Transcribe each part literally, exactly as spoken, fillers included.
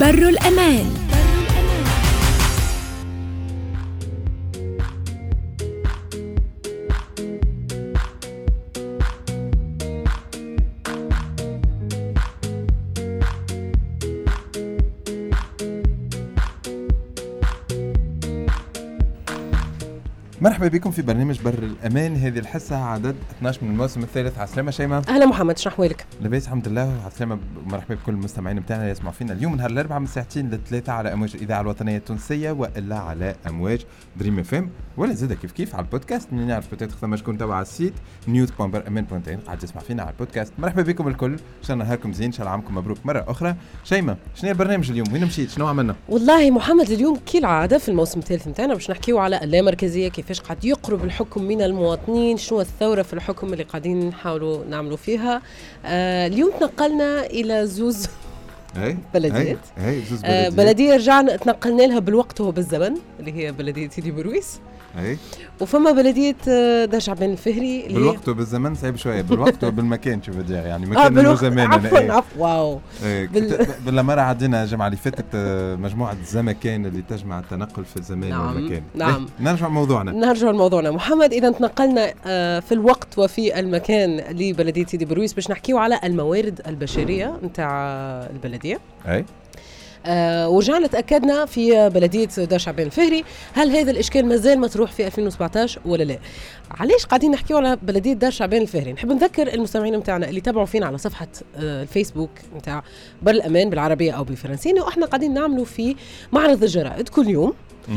بر الأمان. مرحبا بكم في برنامج بر الأمان. هذه الحصة عدد اثناشر من الموسم الثالث. عسلامة شيماء. أهلا محمد، شنو أحوالك؟ لاباس الحمد لله. عسلامة، مرحبا بكل المستمعين بتاعنا اللي يسمعوا فينا اليوم نهار الأربعاء من ساعتين لثلاثة على أمواج الإذاعة الوطنية التونسية وإلا على أمواج دريم اف ام ولا زادة كيف كيف على البودكاست. من يعرف بتاعت ختم شكون توا على السيت نيوز بوان بر أمان بوان تين قاعد يسمع فينا على البودكاست. مرحبا بكم الكل، شان نهاركم زين، شان عامكم مبروك مرة أخرى. شيماء، شنو هي البرنامج اليوم؟ وين مشيت؟ شنو عملنا؟ والله محمد اليوم كالعادة في الموسم الثالث متاعنا باش نحكيو على اللامركزية، كيفاش قاعد يقرب الحكم من المواطنين، شنو الثورة في الحكم اللي قاعدين نحاولوا نعملوا فيها. آه اليوم تنقلنا إلى زوز هاي بلديات. هاي زوز آه بلديات. بلدية رجعنا تنقلنا لها بالوقت وبالزمن اللي هي بلدية سيدي برويس. هاي وفما بلدية دار شعبان الفهري اللي بالوقت وبالزمن صعيب شوية. بالوقت وبالمكان شو بدي يعني آه مكان وزمان. عفوا عفوا واو بال... بالمرة عدينا الجمعة اللي فاتت مجموعة زمكان اللي تجمع التنقل في الزمان نعم والمكان. نعم. نرجع موضوعنا نرجع لموضوعنا محمد. إذا تنقلنا في الوقت وفي المكان لبلدية سيدي برويس باش نحكيو على الموارد البشرية نتاع البلدية. أي آه ورجعنا تأكدنا في بلدية دار شعبان الفهري هل هذا الإشكال مازال مطروح في ألفين وسبعطاش ولا لا. علاش قاعدين نحكيو على بلدية دار شعبان الفهري؟ نحب نذكر المستمعين متاعنا اللي تابعوا فينا على صفحة آه الفيسبوك متاع بر الأمان بالعربية أو بالفرنسية، وإحنا قاعدين نعملوا في معرض الجرائد كل يوم.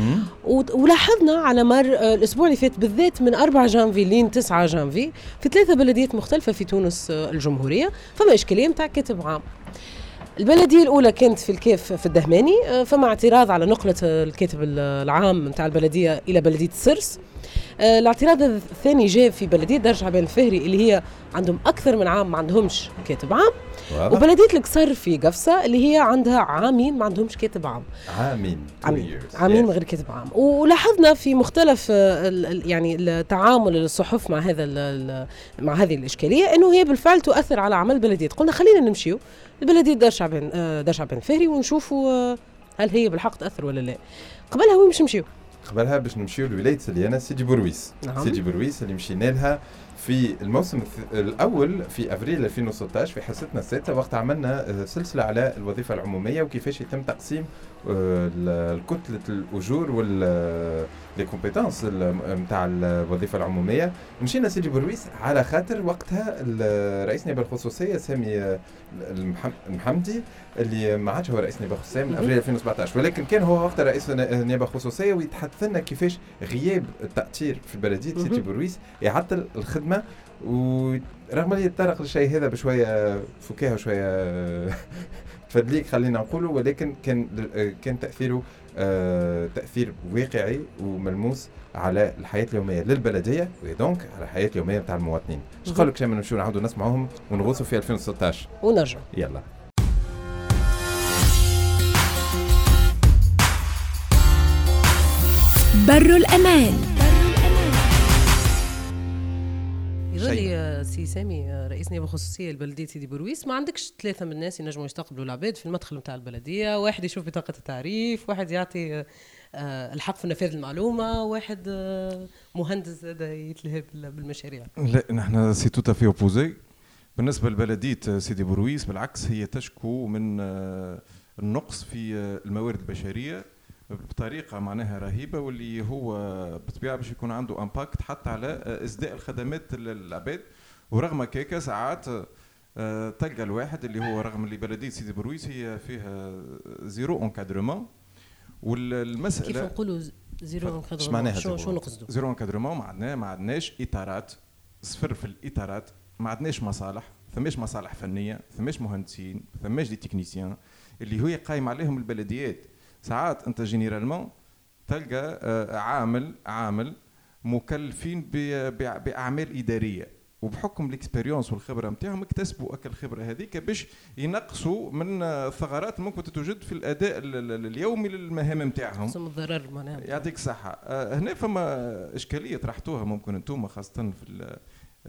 ولاحظنا على مر الأسبوع اللي فات بالذات من أربعة جانفي لين تسعة جانفي في ثلاثة بلديات مختلفة في تونس الجمهورية فما إشكالية متاع كاتب عام. البلدية الأولى كانت في الكيف في الدهماني، فما اعتراض على نقلة الكاتب العام متاع البلدية إلى بلدية السرس. الاعتراض الثاني جاء في بلدية دار شعبان الفهري اللي هي عندهم أكثر من عام ما عندهمش كاتب عام. وبلدية القصر في قفصة اللي هي عندها عامين ما عندهمش كاتب عام. عامين عامين, عامين من غير كاتب عام. ولاحظنا في مختلف يعني التعامل الصحف مع هذا مع هذه الإشكالية إنه هي بالفعل تؤثر على عمل بلدية. قلنا خلينا نمشيو البلدية دار شعبان دار شعبان الفهري ونشوفوا هل هي بالحق تأثر ولا لا. قبلها وين مش نمشيو؟ قبلها باش نمشيو لولاية سليانة سيدي برويس. نعم. سيدي برويس اللي مشينا لها في الموسم الأول في أفريل ألفين وستة عشر في حصتنا السادسة، وقت عملنا سلسلة على الوظيفة العمومية وكيفاش يتم تقسيم الكتلة الأجور وال لي كومبيتانس نتاع الوظيفة العمومية. مشينا سيدي برويس على خاطر وقتها رئيس النيابة الخصوصية سامي المحمدي اللي ما عادش هو رئيس النيابة الخصوصية من أفريل ألفين وسبعة عشر، ولكن كان هو وقتها رئيس النيابة الخصوصية ويتحدث لنا كيفاش غياب التأثير في بلدية سيدي برويس يعطل الخدمة. ورغم اللي يتطرق للشيء هذا بشوية فكاهة وشوية تفدليك خلينا نقوله، ولكن كان كان تأثيره آه تأثير واقعي وملموس على الحياة اليومية للبلدية ودونك على الحياة اليومية بتاع المواطنين. ايش قالك شيء من نمشيو نعاودوا نسمعوهم ونغوصوا في ألفين وستة عشر ونرجع. يلا. بر الأمان. يقول لي سي سامي رئيس نيابة خصوصية البلدية سيدي برويس ما عندكش ثلاثة من الناس ينجموا يستقبلوا العباد في المدخل متاع البلدية، واحد يشوف بطاقة التعريف، واحد يعطي الحق في نفاذ المعلومة، واحد مهندس يتلهى بالمشاريع. لا نحن سي توتا في اوبوزي. بالنسبة لبلدية سيدي برويس بالعكس هي تشكو من النقص في الموارد البشرية بطريقة معناها رهيبة، واللي هو بطبيعة باش يكون عنده امباكت حتى على إسداء الخدمات للعباد. ورغم كيكا ساعات تلقى الواحد اللي هو رغم اللي بلدية سيدي برويس هي فيها زيرو انكادرمون. والمسألة كيف نقولوا زيرو انكادرمون؟ شو شو نقصدوا؟ زيرو انكادرمون معناه ما عندناش إطارات، صفر في الإطارات، ما عندناش مصالح، ثماش مصالح فنية، ثماش مهندسين، ثماش دي تكنيسيان اللي هو قايم عليهم البلديات. ساعات انت جينيرالمون تلقى عامل عامل مكلفين باعمال اداريه، وبحكم الاكسبيريونس والخبره نتاعهم اكتسبوا اكل الخبره هذيك باش ينقصوا من الثغرات ممكن تتوجد في الاداء اليومي للمهام نتاعهم. خصهم الضرر معناها. يعطيك الصحه. هنا فما اشكاليه طرحتوها ممكن انتم خاصه في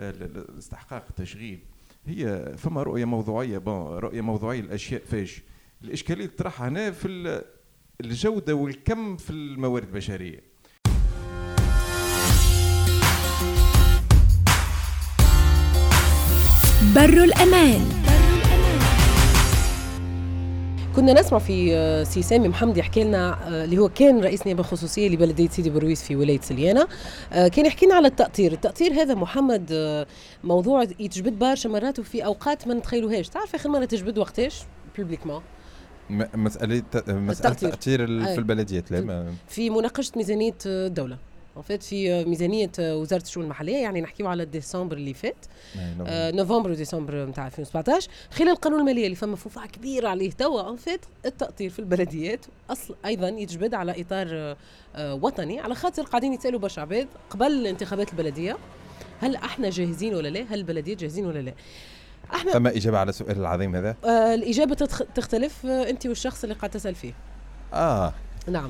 الاستحقاق التشغيل. هي فما رؤيه موضوعيه، بون رؤيه موضوعيه الاشياء فاش الاشكاليه اللي تطرحها هنا في الجوده والكم في الموارد البشريه. بر الأمان. كنا نسمع في سي سامي محمد يحكي لنا اللي هو كان رئيس نيابه خصوصيه لبلديه سيدي برويس في ولايه سليانه، كان يحكي لنا على التأطير. التأطير هذا محمد موضوع يتجبد برشا مرات وفي اوقات ما نتخيلوهاش. تعرف اخر مره تجبد وقتاش بوبليكمون؟ مساله مساله التأطير في البلديات لا في مناقشه ميزانيه الدوله وفات في ميزانيه وزاره الشؤون المحليه، يعني نحكيو على ديسمبر اللي فات، آه نوفمبر وديسمبر نتاع ألفين وسبعطاش، خلال القانون الماليه اللي فما فوفعه كبيره عليه توا ان فات التأطير في البلديات اصل ايضا يتجبد على اطار آه وطني، على خاطر قاعدين يتسالوا برشا عباد قبل انتخابات البلديه هل احنا جاهزين ولا لا، هل البلديات جاهزين ولا لا. احنا ثم اجابه على السؤال العظيم هذا؟ آه الاجابه تختلف آه انت والشخص اللي قاعد تسال فيه. اه نعم.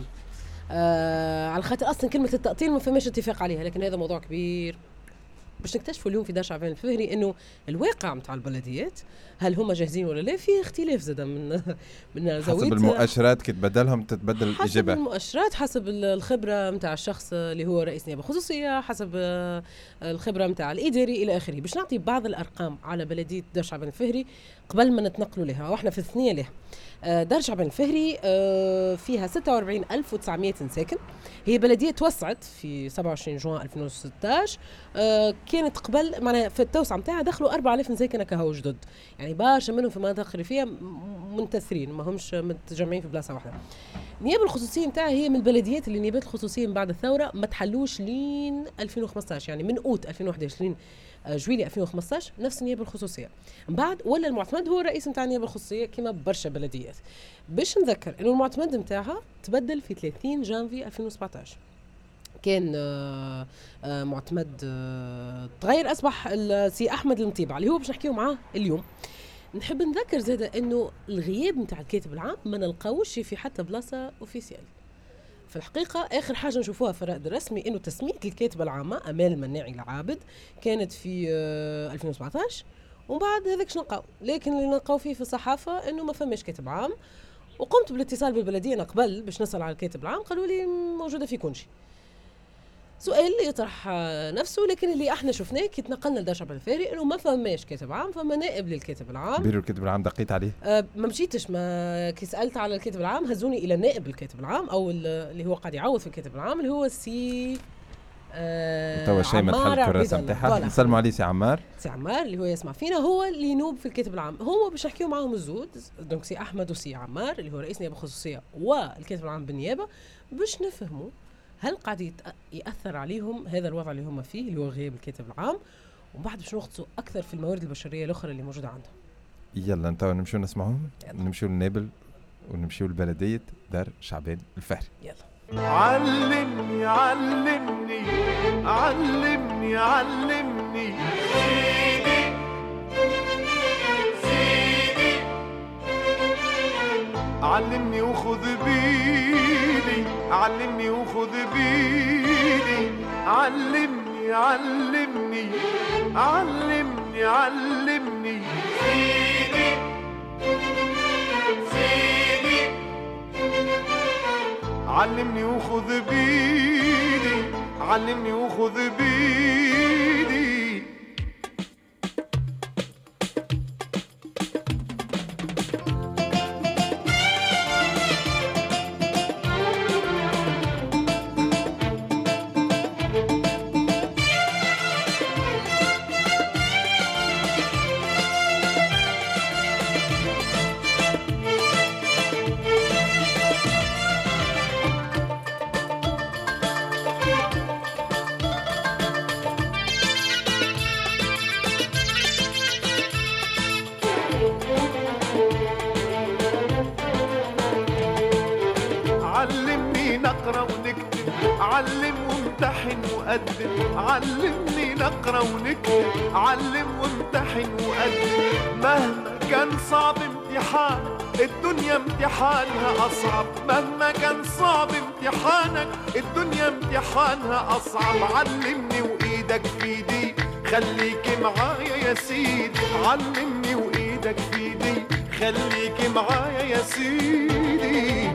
آه على خاطر اصلا كلمه التأطير ما فماش اتفاق عليها، لكن هذا موضوع كبير باش نكتشفوا اليوم في دار شعبان الفهري انه الواقع نتاع البلديات هل هم جاهزين ولا لا. في اختلاف زاد من من حسب المؤشرات كي تبدلهم تتبدل حسب الاجابه، حسب المؤشرات، حسب الخبره نتاع الشخص اللي هو رئيس نيابه خصوصيه، حسب الخبره نتاع الاداري الى اخره. باش نعطي بعض الارقام على بلديه دار شعبان الفهري قبل ما نتنقلوا لها واحنا في الثنيه لها. دار شعبان الفهري فيها ستة وأربعين ألف وتسعمائة ساكن. هي بلديه توسعت في سبعة وعشرين جوان ألفين وستطاش، كانت قبل معناها في التوسعه نتاعها دخلوا أربعة آلاف ساكن كهو جدد، يعني برشا منهم في مناطق ريفيه منتثرين ما همش متجمعين في بلاصه واحده. النيابه الخصوصيه نتاعها هي من البلديات اللي النيابات الخصوصيه من بعد الثوره ما تحلوش لين ألفين وخمسطاش، يعني من اوت ألفين وإحدى عشر لين جويلي ألفين وخمسطاش نفس النيابه الخصوصيه. من بعد ولا المعتمد هو الرئيس نتاع النيابه الخصوصيه كما برشا بلديات. باش نذكر انه المعتمد نتاعها تبدل في ثلاثين جانفي ألفين وسبعطاش، كان آآ آآ معتمد تغير اصبح السي احمد المطيبع اللي هو باش نحكيو معاه اليوم. نحب نذكر زاده انه الغياب نتاع الكاتب العام ما نلقاوش في حتى بلاصه اوفيسيال. في الحقيقه اخر حاجه نشوفوها في الرائد الرسمي انه تسميه الكاتبه العامه امال المناعي العابد كانت في ألفين وسبعطاش، ومن بعد هذاك شنو نلقاو، لكن اللي نلقاو فيه في الصحافه انه ما فماش كاتب عام. وقمت بالاتصال بالبلديه انا قبل باش نسال على الكاتب العام، قالوا لي موجوده في كونشي. سؤال يطرح نفسه، لكن اللي احنا شفناه كي تنقلنا لدار شعبان الفهري انه ما فماش كاتب عام، فما نائب للكاتب العام. بيرو الكاتب العام دقيت عليه؟ أه ما مشيتش، ما كي سالت على الكاتب العام هزوني الى نائب الكاتب العام او اللي هو قاعد يعوض في الكاتب العام اللي هو السي أه توا شيء ما دخل الكراسه نتاعها. نسلموا عليه سي عمار. سي عمار اللي هو يسمع فينا هو اللي ينوب في الكاتب العام، هو باش نحكيو معاهم الزود. دونك سي احمد وسي عمار اللي هو رئيس نيابه خصوصيه والكاتب العام بالنيابه باش نفهموا هل قاعد يأثر عليهم هذا الوضع اللي هم فيه اللي هو غياب الكاتب العام، ومن بعد باش نغطسوا أكثر في الموارد البشرية الأخرى اللي موجودة عندهم. يلا نتاو نمشيو نسمعهم، نمشيو للنابل ونمشيو لبلدية دار شعبان الفهري. يلا. علمني علمني علمني علمني سيدي سيدي علمني وخذ بيدي علمني وخذ بيدي علمني علمني علمني علمني سيدي سيدي علمني وخذ بيدي علمني وخذ بيدي. علم وامتحن وقدم علمني نقرا ونكتب علم وامتحن وقدم مهما كان صعب امتحانك الدنيا امتحانها أصعب مهما كان صعب امتحانك الدنيا امتحانها أصعب علمني وإيدك في ايدي خليك معايا يا سيدي علمني وإيدك في ايدي خليك معايا يا سيدي.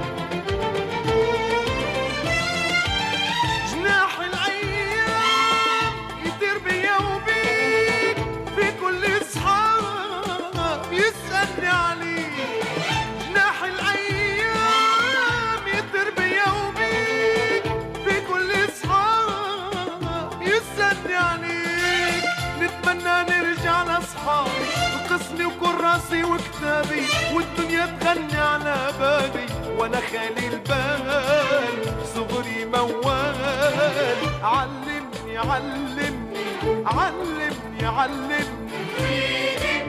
جناح الأيام يطير بيا وبيك في كل صحاب يسألني عليك. جناح الأيام يطير بيا وبيك في كل صحاب يسألني عليك. نتمنى نرجع لأصحابي قسمي وكراسي وكتابي والدنيا تغني على بالي وانا خالي البال صغري موال. علمني علمني علمني علمني سيدي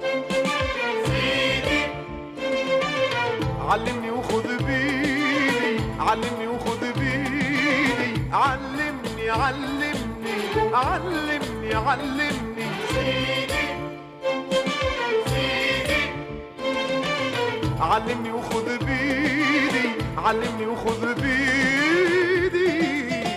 سيدي. علمني وخذ بيدي علمني وخذ بيدي. علمني علمني علمني علمني سيدي علمني وخذ بيدي علمني وخذ بيدي.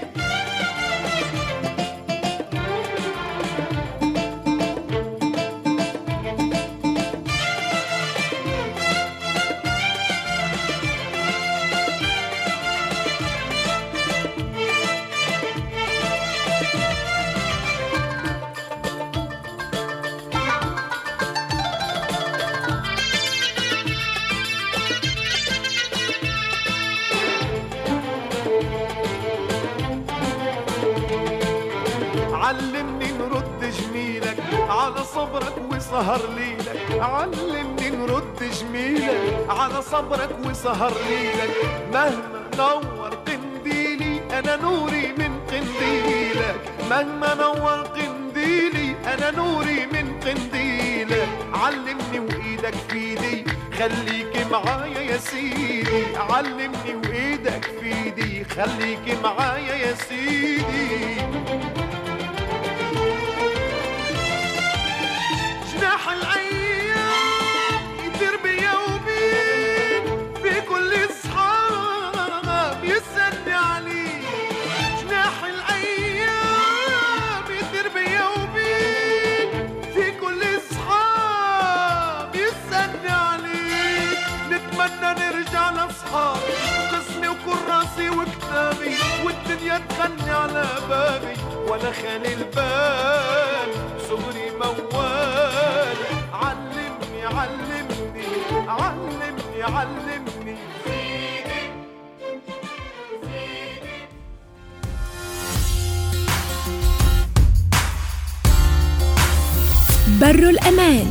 علمني نرد جميلك على صبرك وسهر ليلك. علمني نرد جميلك على صبرك وسهر ليلك. مهما نور قنديلي أنا نوري من قنديلك. مهما نور قنديلي أنا نوري من قنديلك. علمني وإيدك في إيدي خليك معايا يا سيدي. علمني وإيدك في إيدي خليك معايا يا سيدي. جناح الأيام يطير بيا وبيك في كل صحاب يسألني عليك. جناح الأيام يطير بيا وبيك في كل صحاب يسألني عليك. نتمنى نرجع لأصحابي قسمي وكراسي وكتابي والدنيا تغني على بابي ولا خالي البال صغري موال. علمني علمني علمني علمني سيدي سيدي. بر الأمان.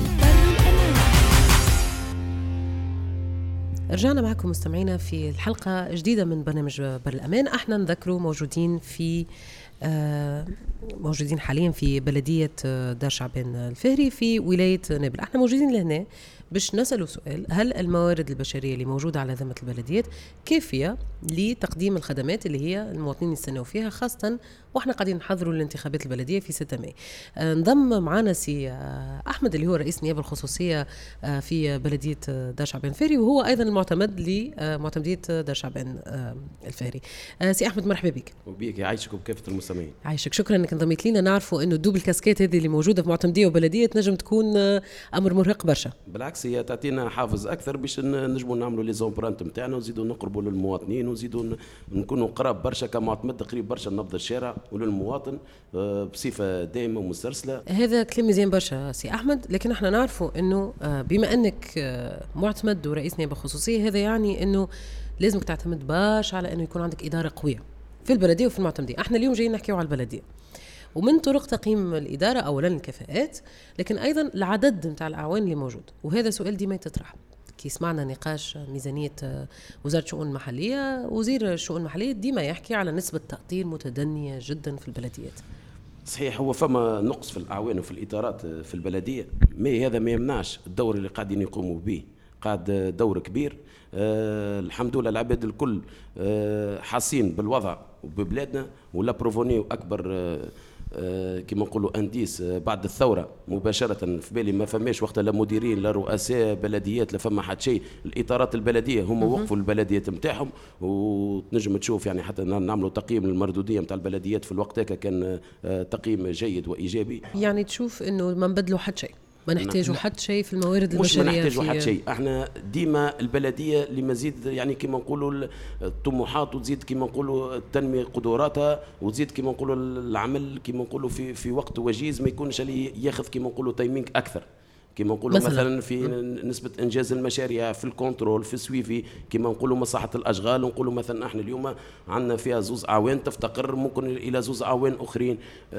رجعنا معكم مستمعينا في الحلقة جديدة من برنامج بر الأمان. احنا نذكروا موجودين في آه موجودين حاليا في بلدية دار شعبان الفهري في ولاية نابل. احنا موجودين لهنا باش نسألوا سؤال: هل الموارد البشرية اللي موجودة على ذمة البلديات كافية لتقديم الخدمات اللي هي المواطنين يستنوا فيها، خاصة واحنا قاعدين نحضروا الانتخابات البلدية في ستة ماي؟ آه انضم معنا سي آه أحمد اللي هو رئيس النيابة الخصوصية آه في بلدية دار شعبان الفهري، وهو أيضا المعتمد لمعتمدية دار شعبان آه الفهري. آه سي أحمد مرحبا بك. وبيك يعيشك وبكافة المستمعين. عايشك، شكرا انك انضميت لينا. نعرفوا انه الدوبل كاسكيت هذه اللي موجودة في معتمدية وبلدية تنجم تكون آه أمر مرهق برشا. بالعكس هي تعطينا حافز اكثر باش نجموا نعملوا لي زومبرانت نتاعنا ونزيدوا نقربوا للمواطنين ونزيدوا نكونوا قراب برشا كمعتمد قريب برشا لنبض الشارع وللمواطن بصفه دائمه ومسترسله. هذا كلام مزيان برشا سي احمد، لكن احنا نعرفوا انه بما انك معتمد ورئيس نيابه خصوصيه، هذا يعني انه لازمك تعتمد باش على انه يكون عندك اداره قويه في البلديه وفي المعتمديه. احنا اليوم جايين نحكيو على البلديه، ومن طرق تقييم الإدارة أولا الكفاءات، لكن أيضا العدد متاع الأعوان اللي موجود. وهذا سؤال ديما يتطرح كي سمعنا نقاش ميزانية وزارة الشؤون المحلية. وزير الشؤون المحلية ديما يحكي على نسبة تأطير متدنية جدا في البلديات. صحيح هو فما نقص في الأعوان وفي الإطارات في البلدية، ما هذا ما يمنعش الدور اللي قاعدين يقوموا به، قاعد دور كبير. أه الحمد لله العباد الكل أه حاسين بالوضع وببلادنا، ولا بروفونيو أكبر أه أه كما نقولوا انديس أه بعد الثوره مباشره. في بالي ما فماش وقت لا مديرين لا رؤساء بلديات لا فما حد شيء. الاطارات البلديه هم وقفوا البلديات نتاعهم، وتنجم تشوف يعني حتى نعملوا تقييم المردوديه نتاع البلديات في الوقت هذا كان أه تقييم جيد وايجابي. يعني تشوف انه ما نبدلوا حد شيء، ما نحتاجوا حتى شيء في الموارد مش البشريه. ما نحتاجوا في حتى شيء، احنا ديما البلديه اللي مزيد يعني كما نقولوا الطموحات، وتزيد كما نقولوا التنميه قدراتها، وتزيد كما نقولوا العمل كما نقولوا في في وقت وجيز، ما يكونش اللي ياخذ كما نقولوا تايمينغ اكثر. كما نقولوا مثلا, مثلا في نسبه انجاز المشاريع، في الكنترول، في السويفي، كما نقولوا مصلحه الاشغال. نقولوا مثلا احنا اليوم عندنا فيها زوز اعوان تفتقر ممكن الى زوز اعوان اخرين،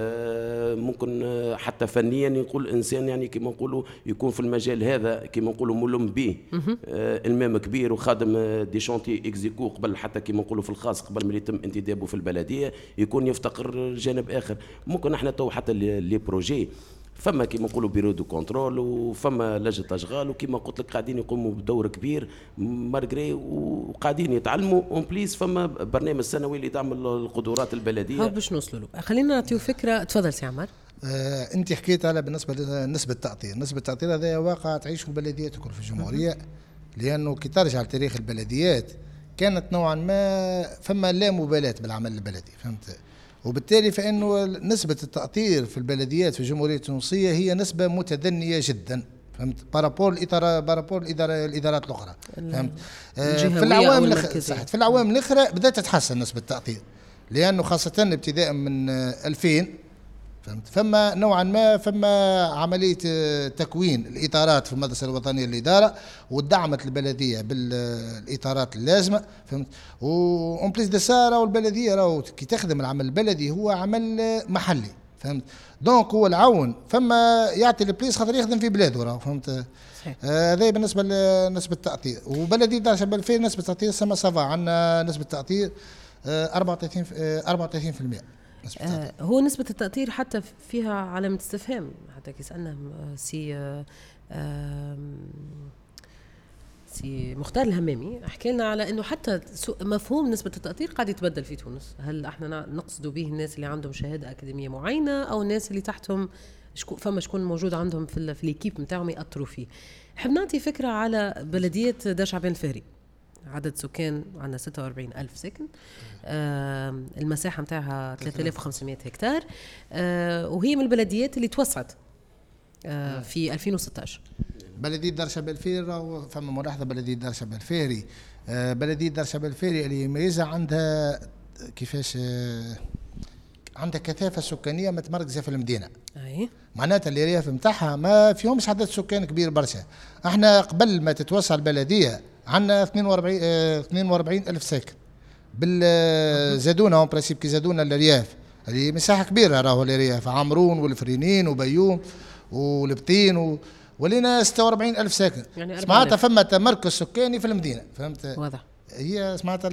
آه ممكن حتى فنيا يقول الانسان يعني كما نقولوا يكون في المجال هذا كما نقولوا ملم به، آه المام كبير وخادم دي شونتي اكزيكو قبل حتى كما نقولوا في الخاص قبل ما يتم انتدابه في البلديه، يكون يفتقر جانب اخر. ممكن احنا تو حتى لي بروجي فما كيما نقولوا بيرو دو كونترول وفما لجنه اشغال، وكيما قلت لك قاعدين يقوموا بدور كبير مارغري وقاعدين يتعلموا اون بليس. فما برنامج سنوي لدعم القدرات البلديه. هاو باش نوصلوا له. خلينا نعطيو فكره. تفضل سي عمر. آه انت حكيت على بالنسبه لنسبه التعطير. نسبه التعطير هذا واقع تعيش في البلديات الكل في الجمهوريه، لانه كي ترجع لتاريخ البلديات كانت نوعا ما فما لا مبالاه بالعمل البلدي، فهمت؟ وبالتالي فإنه نسبة التأطير في البلديات في الجمهورية التونسية هي نسبة متدنية جدا، فهمت؟ بارابور الإدارة بارابور الإدارة الإدارات الأخرى، فهمت؟ آه في العوام الأخرى صحت في العوام الأخرى بدأت تتحسن نسبة التأطير، لأنه خاصة ابتداء من ألفين فهمت؟ فما نوعا ما فما عمليه تكوين الاطارات في المدرسه الوطنيه للاداره، ودعمت البلديه بالاطارات اللازمه، فهمت؟ وأون بليس دو سا راهو البلديه راهو كي تخدم العمل البلدي هو عمل محلي، فهمت؟ دونك هو العون فما يعطي البليس خاطر يخدم في بلاده راهو، فهمت؟ هذا آه بالنسبه لنسبه التأطير. وبلديه دار شبال فيه نسبه التأطير سما سافا، عندنا نسبه التأطير آه أربعة وثلاثين أربعة وثلاثين بالمئة. آه هو نسبة التأطير حتى فيها علامة استفهام، حتى كي سألنا سي آه آه سي مختار الهمامي حكى لنا على انه حتى مفهوم نسبة التأطير قاعد يتبدل في تونس. هل احنا نقصد به الناس اللي عندهم شهادة أكاديمية معينة او الناس اللي تحتهم شكو فما شكون موجود عندهم في في ليكيب نتاعهم يأطروا فيه؟ حاب نعطي فكرة على بلدية دار شعبان الفهري. عدد سكان عندنا ستة وأربعين ألف ساكن، آه المساحة متاعها ثلاثة آلاف وخمسمائة هكتار، آه وهي من البلديات اللي توسعت آه في ألفين وستة عشر. بلدية دار شبال الفهري فما ملاحظة، بلدية دار شبال الفهري آه بلدية دار شبال الفهري اللي ميزة عندها كيفاش آه عندها كثافة سكانية متمركزة في المدينة. أي. معناتها الرياف متاعها ما فيهمش عدد سكان كبير برشا. احنا قبل ما تتوسع البلدية عندنا اثنين وأربعين اه اثنين وأربعين ألف ساكن. بالزادونا اون برينسيپ كي زادونا الرياف اللي مساحة كبيرة راهو الرياف، عمرون والفرينين وبيوم والبطين و... ولينا ستة وأربعين ألف ساكن. يعني سمعتها فما تمركز سكاني في المدينة، فهمت؟ واضح. هي سمعتها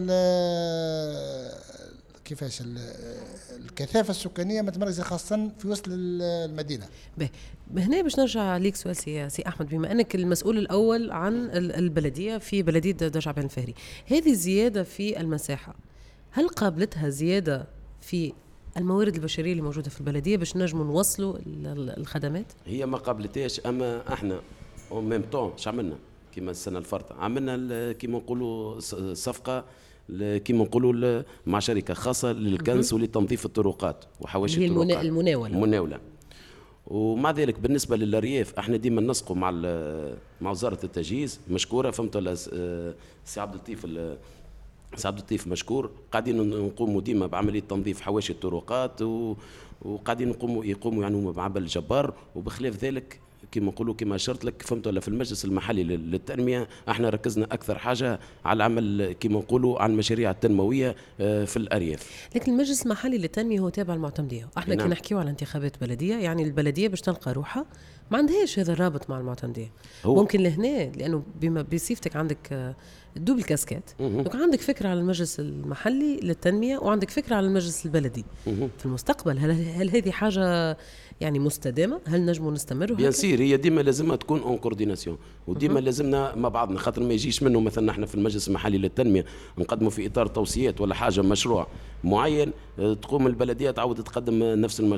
كيفاش الكثافة السكانية متمركزة خاصة في وسط المدينة. به هنا باش نرجع ليك سؤال سي, سي أحمد، بما أنك المسؤول الأول عن البلدية في بلدية دار شعبان الفهري، هذه الزيادة في المساحة هل قابلتها زيادة في الموارد البشرية اللي موجودة في البلدية باش نجموا نوصلوا الخدمات؟ هي ما قابلتهاش، أما احنا اون ميم طون اش عملنا كيما السنة الفرطة عملنا كيما نقولوا صفقة كيما نقولوا مع شركه خاصه للكنس ولتنظيف الطرقات وحواشي الطرقات المناوله المناوله. ومع ذلك بالنسبه للرياف احنا ديما نسقوا مع مع وزاره التجهيز مشكوره، فهمت؟ سي عبد اللطيف سي عبد اللطيف مشكور، قاعدين نقوموا ديما بعمليه تنظيف حواشي الطرقات وقاعدين نقوموا يقوموا يعني بعمل جبار. وبخلاف ذلك كما نقولوا كما اشرت لك، فهمت ولا، في المجلس المحلي للتنميه احنا ركزنا اكثر حاجه على العمل كما نقولوا على المشاريع التنمويه في الارياف. لكن المجلس المحلي للتنميه هو تابع المعتمديه، احنا كي نحكيو على انتخابات بلديه يعني البلديه باش تلقى روحها ما عندهاش هذا الرابط مع المعتمديه. ممكن لهنا لانه بما بصفتك عندك دوبل كاسكات، دونك عندك فكره على المجلس المحلي للتنميه وعندك فكره على المجلس البلدي. في المستقبل هل هل هذه حاجه يعني مستدامه؟ هل نجموا نستمروا؟ بيان سير هي ديما لازمها تكون اون كورديناسيون، وديما لازمنا مع بعضنا، خاطر ما يجيش منه مثلا احنا في المجلس المحلي للتنميه نقدموا في اطار توصيات ولا حاجه مشروع معين تقوم البلديه تعود تقدم نفس المشروع،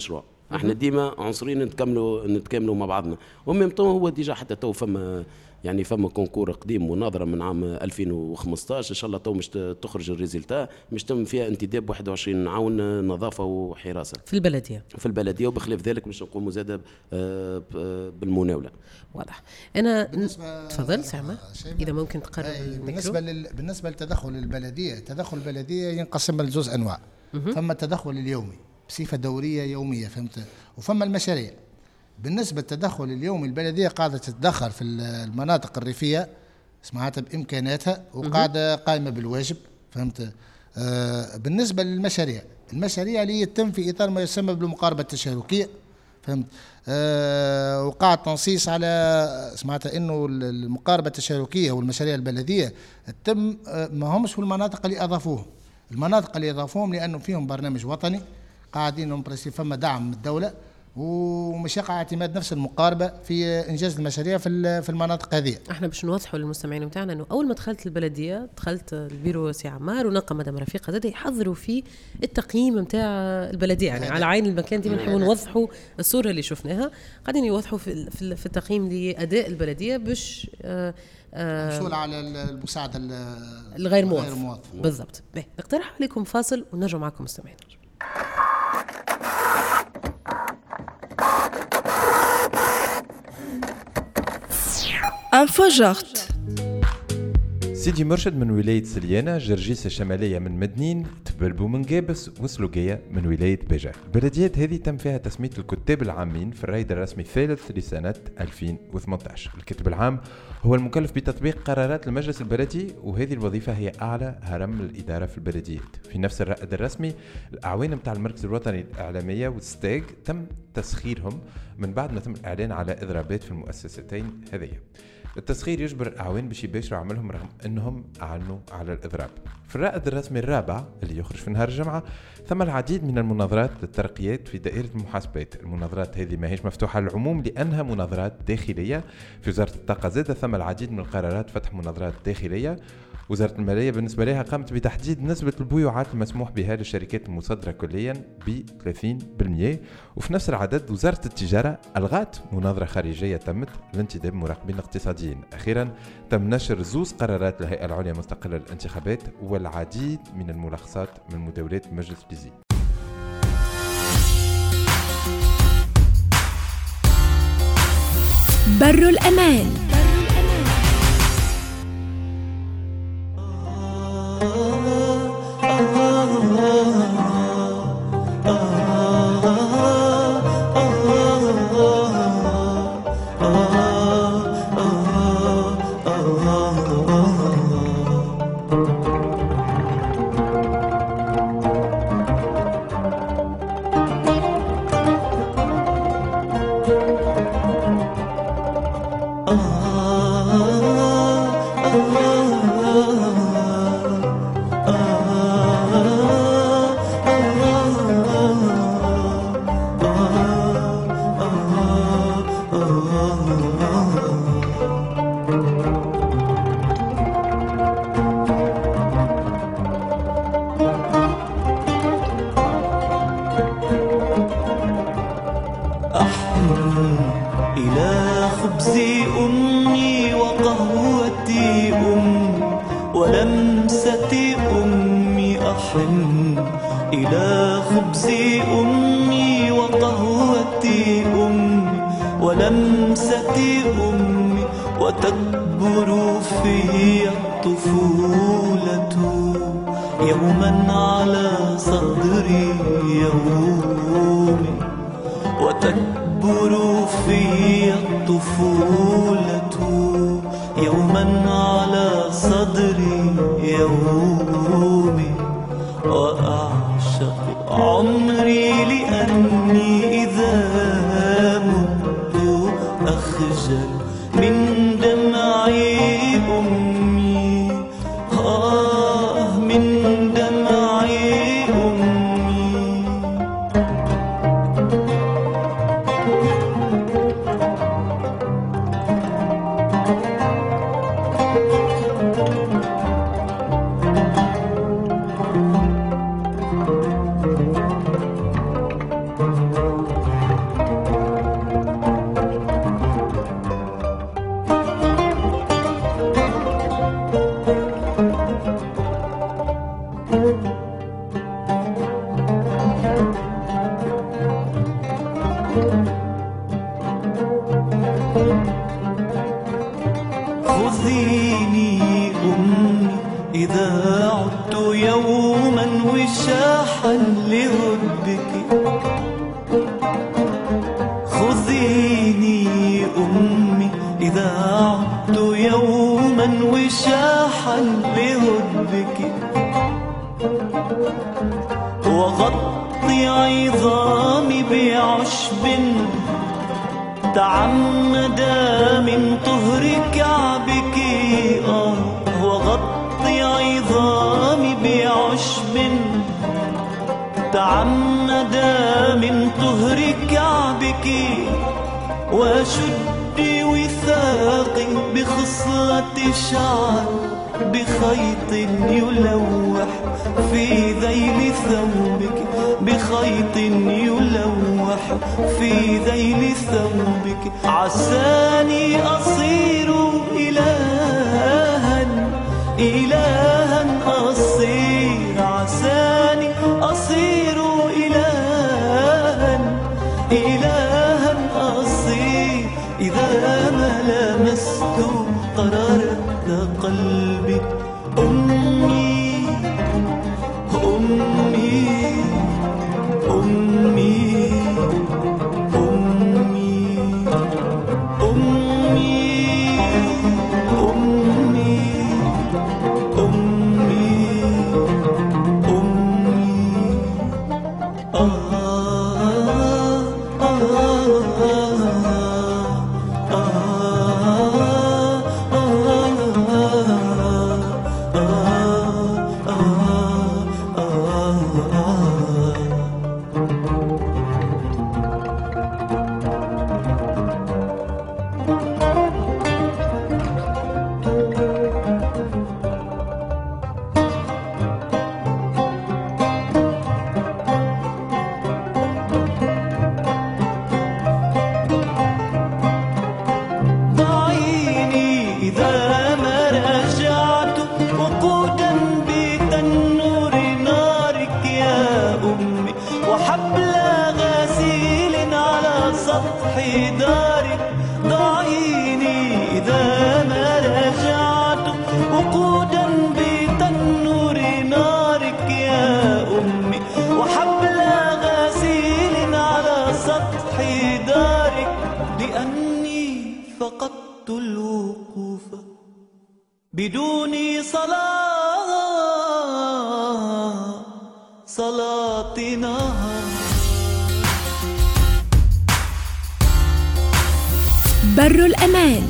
احنا ديما عنصريين نتكاملوا نتكاملوا مع بعضنا. وميم طون هو ديجا حتى تو فما يعني فما كونكور قديم مناظره من عام ألفين وخمسطاش ان شاء الله تو مش تخرج الريزلتا مش تم فيها انتداب واحد وعشرين عون نظافه وحراسه في البلديه في البلديه وبخلاف ذلك باش نقوموا زاده بالمناوله. واضح. انا تفضل سامع اذا ممكن تقرب بالنسبه لل... بالنسبه لتدخل البلديه، تدخل البلديه ينقسم لجزء انواع. فما التدخل اليومي بصفه دوريه يوميه فهمت، وفما المشاريع. بالنسبه للتدخل اليومي البلديه قاعده تتدخل في المناطق الريفيه سمعتها بامكاناتها وقاعده قائمه بالواجب فهمت. آه بالنسبه للمشاريع، المشاريع اللي يتم في اطار ما يسمى بالمقاربه التشاركيه فهمت. آه وقاعد تنصيص على سمعتها انه المقاربه التشاركيه والمشاريع البلديه تتم آه ما همش في المناطق اللي اضافوهم، المناطق اللي اضافوهم لانه فيهم برنامج وطني قاعدين فما دعم من الدوله ومش يقع اعتماد نفس المقاربه في انجاز المشاريع في في المناطق هذه. احنا باش نوضحوا للمستمعين نتاعنا انه اول ما دخلت البلديه دخلت البيرو سي عمار ونقى مدام رفيقه زاد يحضروا في التقييم نتاع البلديه يعني على عين المكان ديما نحبوا نوضحوا الصوره اللي شفناها قاعدين يوضحوا في في التقييم لاداء البلديه باش آه مسؤول على المساعده الغير موظف بالضبط. نقترح عليكم فاصل ونرجع معكم مستمعين. انفجرت. سيدي مرشد من ولاية سليانة، جرجيس الشمالية من مدنين، تبلبو من جابس، وسلوقية من ولاية بجع. البلديات هذه تم فيها تسمية الكتاب العامين في الرائد الرسمي الثالث لسنة ألفين وثمانية عشر. الكاتب العام هو المكلف بتطبيق قرارات المجلس البلدي، وهذه الوظيفة هي أعلى هرم الإدارة في البلديات. في نفس الرائد الرسمي الأعوان متاع المركز الوطني للإعلامية والستاج تم تسخيرهم من بعد ما تم الإعلان على إضرابات في المؤسستين هذه. التسخير يجبر الأعوان باش يباشروا عملهم رغم أنهم أعلنوا على الإضراب. في الرائد الرسمي الرابع اللي يخرج في نهار الجمعة ثم العديد من المناظرات للترقيات في دائرة المحاسبات. المناظرات هذه ما هيش مفتوحة للعموم لأنها مناظرات داخلية. في وزارة الطاقة زادة ثم العديد من القرارات فتح مناظرات داخلية. وزارة المالية بالنسبة لها قامت بتحديد نسبة البيوعات المسموح بها للشركات المصدرة كليا ب ثلاثين بالمئة. وفي نفس العدد وزارة التجارة ألغت مناظرة خارجية تمت لانتداب مراقبين اقتصاديين. أخيرا تم نشر زوز قرارات للهيئة العليا المستقلة للانتخابات والعديد من الملخصات من مداولات مجلس بليزي. بر الأمان. خذيني أمي إذا عدت يوما وشاحا لهدبك. خذيني أمي إذا عدت يوما وشاحا لهدبك. وغطي عظامي بعشب تعمد من طهر كعبك. آه وغطي عظامي بعشب تعمد من طهر كعبك. وشدي وثاقي بخصلة شعر بخيط يلوح في ذيل ثوبك. بخيط يلوح في ذيل ثوبك. عساني أصير إلها إلها أصير. عساني أصير إلها إلها أصير إذا ما لمست قرارة قلبي. أمي أمي أمي أمي أمي أمي أمي أمي. آه بدون صلاة صلاتنا. بر الأمان.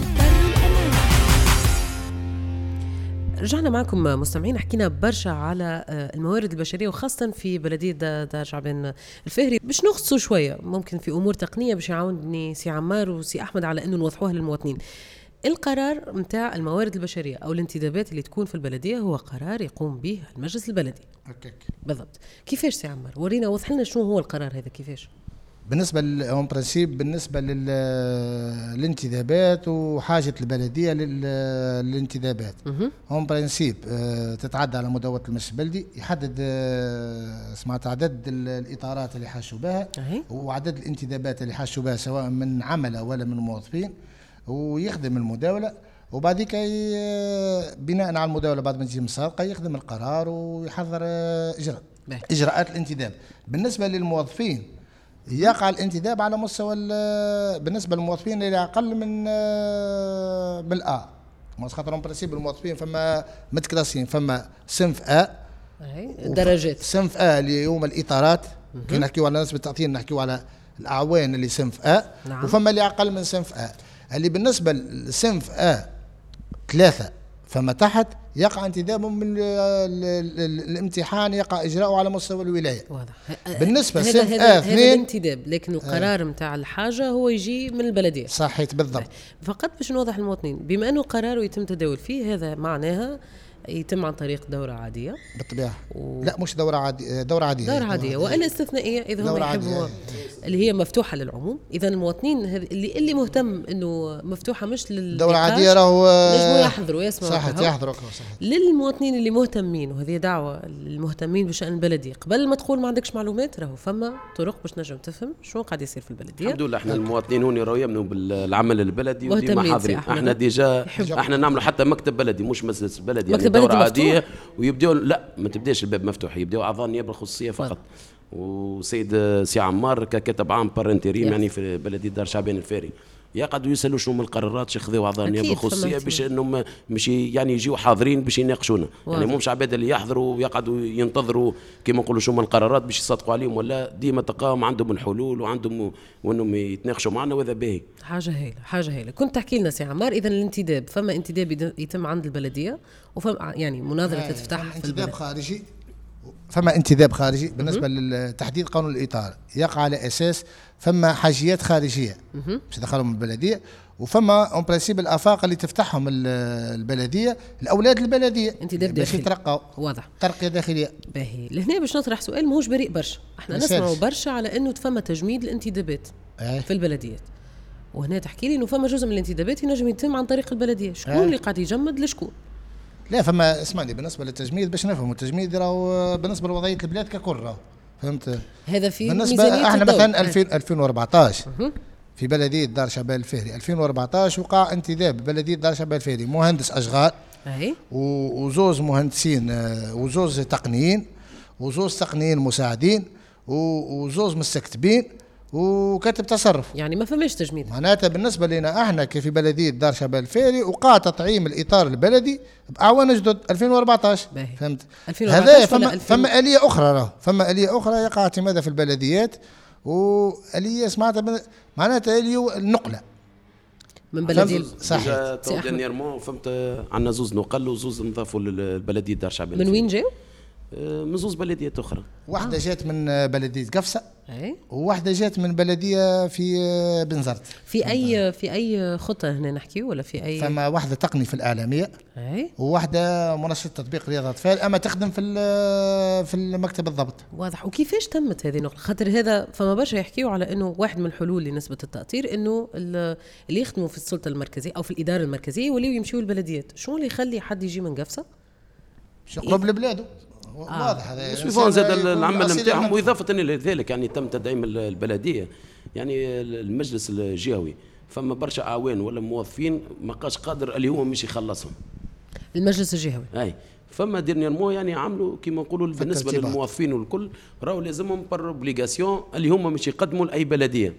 رجعنا معكم مستمعين، حكينا برشا على الموارد البشرية وخاصة في بلدية دار شعبان الفهري. باش نغصوا شوية ممكن في أمور تقنية باش يعاونني سي عمار وسي أحمد على أنه نوضحوها للمواطنين. القرار متاع الموارد البشرية أو الانتدابات اللي تكون في البلدية هو قرار يقوم به المجلس البلدي. هكاك بالضبط. كيفاش سي عمار؟ ورينا وضح لنا شنو هو القرار هذا كيفاش؟ بالنسبة للأون برانسيب بالنسبة للانتدابات وحاجة البلدية للانتدابات اون برانسيب تتعدى على مدونة المجلس البلدي، يحدد سمعت عدد الإطارات اللي حاشوا بها وعدد الانتدابات اللي حاشوا بها سواء من عملة ولا من موظفين، ويخدم المداولة، وبعديك بناء على المداولة بعد ما تجي مسابقة يخدم القرار ويحضر إجراء إجراءات الانتداب. بالنسبة للموظفين يقع الانتداب على مستوى بالنسبة للموظفين اللي أقل من بالآ، خاطر اون برانسيب الموظفين فما متكلاسين، فما صنف آ درجات، صنف آ اللي هما الإطارات كي نحكيو على نسبة التعطيل نحكيو على الأعوان اللي صنف آ، نعم. وفما اللي أقل من صنف آ، اللي بالنسبة لصنف آ ثلاثة فما تحت يقع انتدابهم من الامتحان، يقع إجراءه على مستوى الولاية. واضح. بالنسبة لصنف آ اثنين هذا الانتداب، لكن القرار متاع الحاجة هو يجي من البلدية. صحيت بالضبط. فقط باش نوضح للمواطنين، بما أنه قرار يتم تداول فيه هذا معناها يتم عن طريق دورة عادية بالطبيعه و... لا مش دوره عاديه، دوره عاديه دورة عادية وإلا استثنائية إذا هم دورة يحبوا عادية. اللي هي مفتوحة للعموم. إذا المواطنين هذ- اللي اللي مهتم إنه مفتوحة مش لل دوره عاديه راهو نجموا يحضروا يسمعوا صحت كهو. يحضروا صحت. للمواطنين اللي مهتمين، وهذه دعوة المهتمين بشأن البلدي، قبل ما تقول ما عندكش معلومات راهو فما طرق باش نجم تفهم شنو قاعد يصير في البلدية. الحمد لله احنا المواطنين هون راهو يمنوا بالعمل البلدي وديما مهتمين حاضرين. سي أحمد. احنا ديجا يحبوا. احنا نعملوا حتى مكتب بلدي مش مجلس بلدي، يعني مكتب بلدي دوره عاديه مفتوح؟ ويبداو لا ما تبداش الباب مفتوح، يبداو اعضاء النيابه الخصوصيه فقط. وسيد سي عمار ككاتب عام بار انتريم يس. يعني في بلديه دار شعبان الفاري يقعدوا يسالوا شنو من القرارات ياخذوا اعضاء أكيد، النيابه الخصوصيه فما باش اهتمام. انهم مش يعني يجيو حاضرين باش يناقشونا. واضح. يعني مش عباد اللي يحضروا ويقعدوا ينتظروا كما نقولوا شنو من القرارات باش يصدقوا عليهم، ولا ديما تلقاهم عندهم الحلول وعندهم وانهم يتناقشوا معنا، وهذا باهي. حاجة هايلة حاجة هايلة. كنت تحكي لنا سي عمار إذا الانتداب، فما انتداب يد- يتم عند البلدية وفما يعني مناظرة آه، تتفتح فما في انتداب البلد. خارجي، فما انتداب خارجي بالنسبه لتحديد قانون الاطار يقع على اساس فما حاجيات خارجيه باش يدخلهم البلديه، وفما اون برانسيب الافاق اللي تفتحهم ال- البلديه الاولاد البلديه انتداب باش داخلي. يترقوا واضح. ترقيه داخليه. باهي لهنا باش نطرح سؤال ماهوش بريء برشا. احنا ما نسمعوا يسالش. برشا على انه تفما تجميد الانتدابات آه. في البلديات، وهنا تحكي لي انه فما جزء من الانتدابات ينجم يتم عن طريق البلديه. شكون آه. اللي قاعد يجمد لشكون؟ لا فما اسمعني بالنسبه للتجميد باش نفهموا التجميد راهو بالنسبه لوضعيه البلاد ككل راهو فهمت. هذا في بالنسبه ميزانية احنا الدولة. مثلا ألفين ألفين وأربعطاش في بلديه دار شعبان الفهري ألفين وأربعطاش وقع انتداب بلديه دار شعبان الفهري مهندس اشغال اهي و- وزوز مهندسين آه، وزوز تقنيين وزوز تقنيين مساعدين و- وزوز مستكتبين وكاتب تصرف. يعني ما فماش تجميد. معناتها بالنسبه لنا احنا كيف بلديه دار شعبان الفهري وقع تطعيم الاطار البلدي باعوان جدد ألفين وأربعطاش. باهي. فهمت. ألفين وأربعطاش هذا ولا فما, ألفين؟ فما اليه اخرى راه فما اليه اخرى يقع اعتمادها في البلديات واليه سمعتها بن- معناتها اليه النقله من بلديه صحيح. ديجا سي تو أحمد. دانييرمون فهمت عندنا زوز نقل وزوز نضافوا للبلديه دار شعبان. من وين جاو؟ آه، من زوز بلديات اخرى. واحده جات من بلديه قفصه اي وواحده جات من بلديه في بنزرت. في اي في اي خطه هنا نحكي ولا في اي فما واحده تقني في الاعلاميه اي وواحده منشط تطبيق رياضه اطفال اما تخدم في ال- في المكتب الضبط. واضح. وكيفاش تمت هذه النقله؟ خاطر هذا فما برشا يحكيوا على انه واحد من الحلول لنسبه التاطير انه ال- اللي يخدموا في السلطه المركزيه او في الاداره المركزيه يوليوا يمشيوا البلديات. شنو اللي يخلي حد يجي من قفصه؟ شو قرب لبلاده واضح هذا سويفون زاد يكون العمل أصيل نتاعهم، المنطقة. واضافه الى ذلك يعني تم تدعيم ال- البلديه، يعني المجلس الجهوي فما برشا اعوان ولا موظفين ما بقاش قادر اللي هو مش يخلصهم. المجلس الجهوي اي فما ديرنييرمون يعني عملوا كيما نقولوا بالنسبه الترتيبات. للموظفين والكل راهو لازمهم بر اوبليغاسيون اللي هما مش يقدموا لاي بلديه،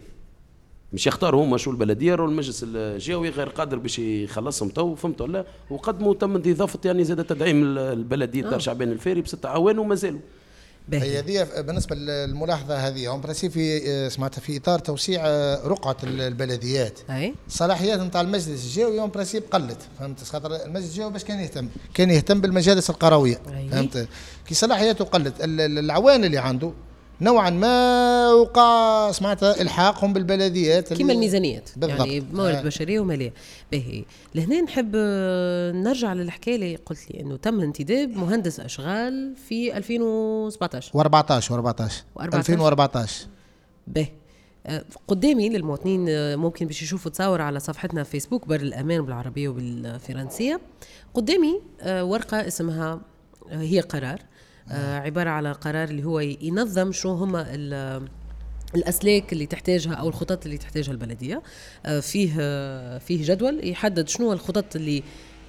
مش يختاروا هما شو البلديه، راهو المجلس الجهوي غير قادر باش يخلصهم تو فهمت ولا، وقدموا تم اضافه يعني زاد تدعيم ال- البلديه دار شعبان الفاري بست اعوان ومازالوا. هي باهي. هذه بالنسبه للملاحظه هذه اون برانسيب في سمعتها في اطار توسيع رقعه البلديات. اي الصلاحيات نتاع المجلس الجهوي اون برانسيب قلت فهمت خاطر المجلس الجهوي باش كان يهتم كان يهتم بالمجالس القرويه أي. فهمت كي صلاحياته قلت ال- ال- العوان اللي عنده نوعا ما وقع سمعتها الحاقهم بالبلديات كيما اللي- الميزانيات بالضبط. يعني موارد آه. بشريه وماليه. باهي لهنا نحب آه، نرجع للحكايه اللي قلت لي انه تم انتداب مهندس اشغال في ألفين وسبعطاش و14 و14 و14. ألفين وأربعطاش. به آه، قدامي للمواطنين آه، ممكن باش يشوفوا تصاور على صفحتنا في فيسبوك بر الأمان بالعربية وبالفرنسية. قدامي آه، ورقة اسمها آه، هي قرار آه، عبارة على قرار اللي هو ينظم شو هما ال- الأسلاك اللي تحتاجها أو الخطط اللي تحتاجها البلدية. آه، فيه آه، فيه جدول يحدد شنو الخطط اللي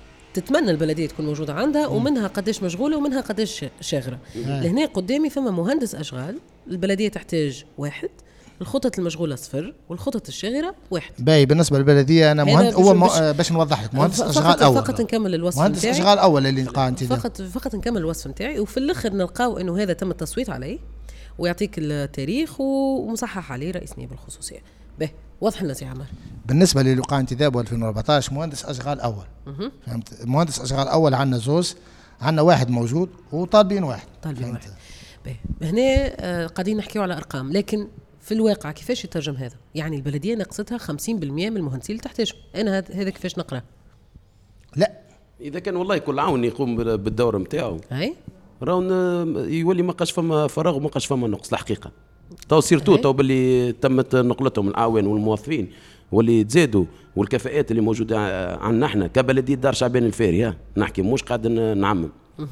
تتمنى البلديه تكون موجوده عندها ومنها قداش مشغوله ومنها قداش شاغره. لهنا قدامي فما مهندس اشغال البلديه تحتاج واحد، الخطط المشغوله صفر والخطط الشاغره واحد. باهي بالنسبه للبلديه انا هذا مهندس هو باش- مو- باش نوضح لك مهندس فقط اشغال اول فقط نكمل الوصف مهندس نتاعي. اشغال اول اللي قاع انتداب فقط فقط نكمل الوصف نتاعي وفي الاخر نلقاو انه هذا تم التصويت عليه ويعطيك التاريخ ومصحح عليه رئيس نيابه الخصوصيه. به واضح لنا سي عمر. بالنسبه اللي وقع انتدابه ألفين وأربعطاش مهندس اشغال اول فهمت مهندس اشغال اول عندنا زوز عندنا واحد موجود وطالبين واحد طالبين فهمت؟ واحد. به هنا آه، قاعدين نحكيو على ارقام لكن في الواقع كيفاش يترجم هذا؟ يعني البلديه نقصتها خمسين بالمئة من المهندسين اللي تحتاجهم. انا هذا هذا كيفاش نقرا؟ لا اذا كان والله كل عون يقوم بالدور نتاعو اي راهو يولي ما بقاش فما فراغ وما بقاش فما نقص الحقيقه. تو سيرتو تو باللي تمت نقلتهم الاعوان والموظفين واللي تزادوا والكفاءات اللي موجوده عندنا احنا كبلديه دار شعبان الفاري، ها نحكي مش قاعد نعمم،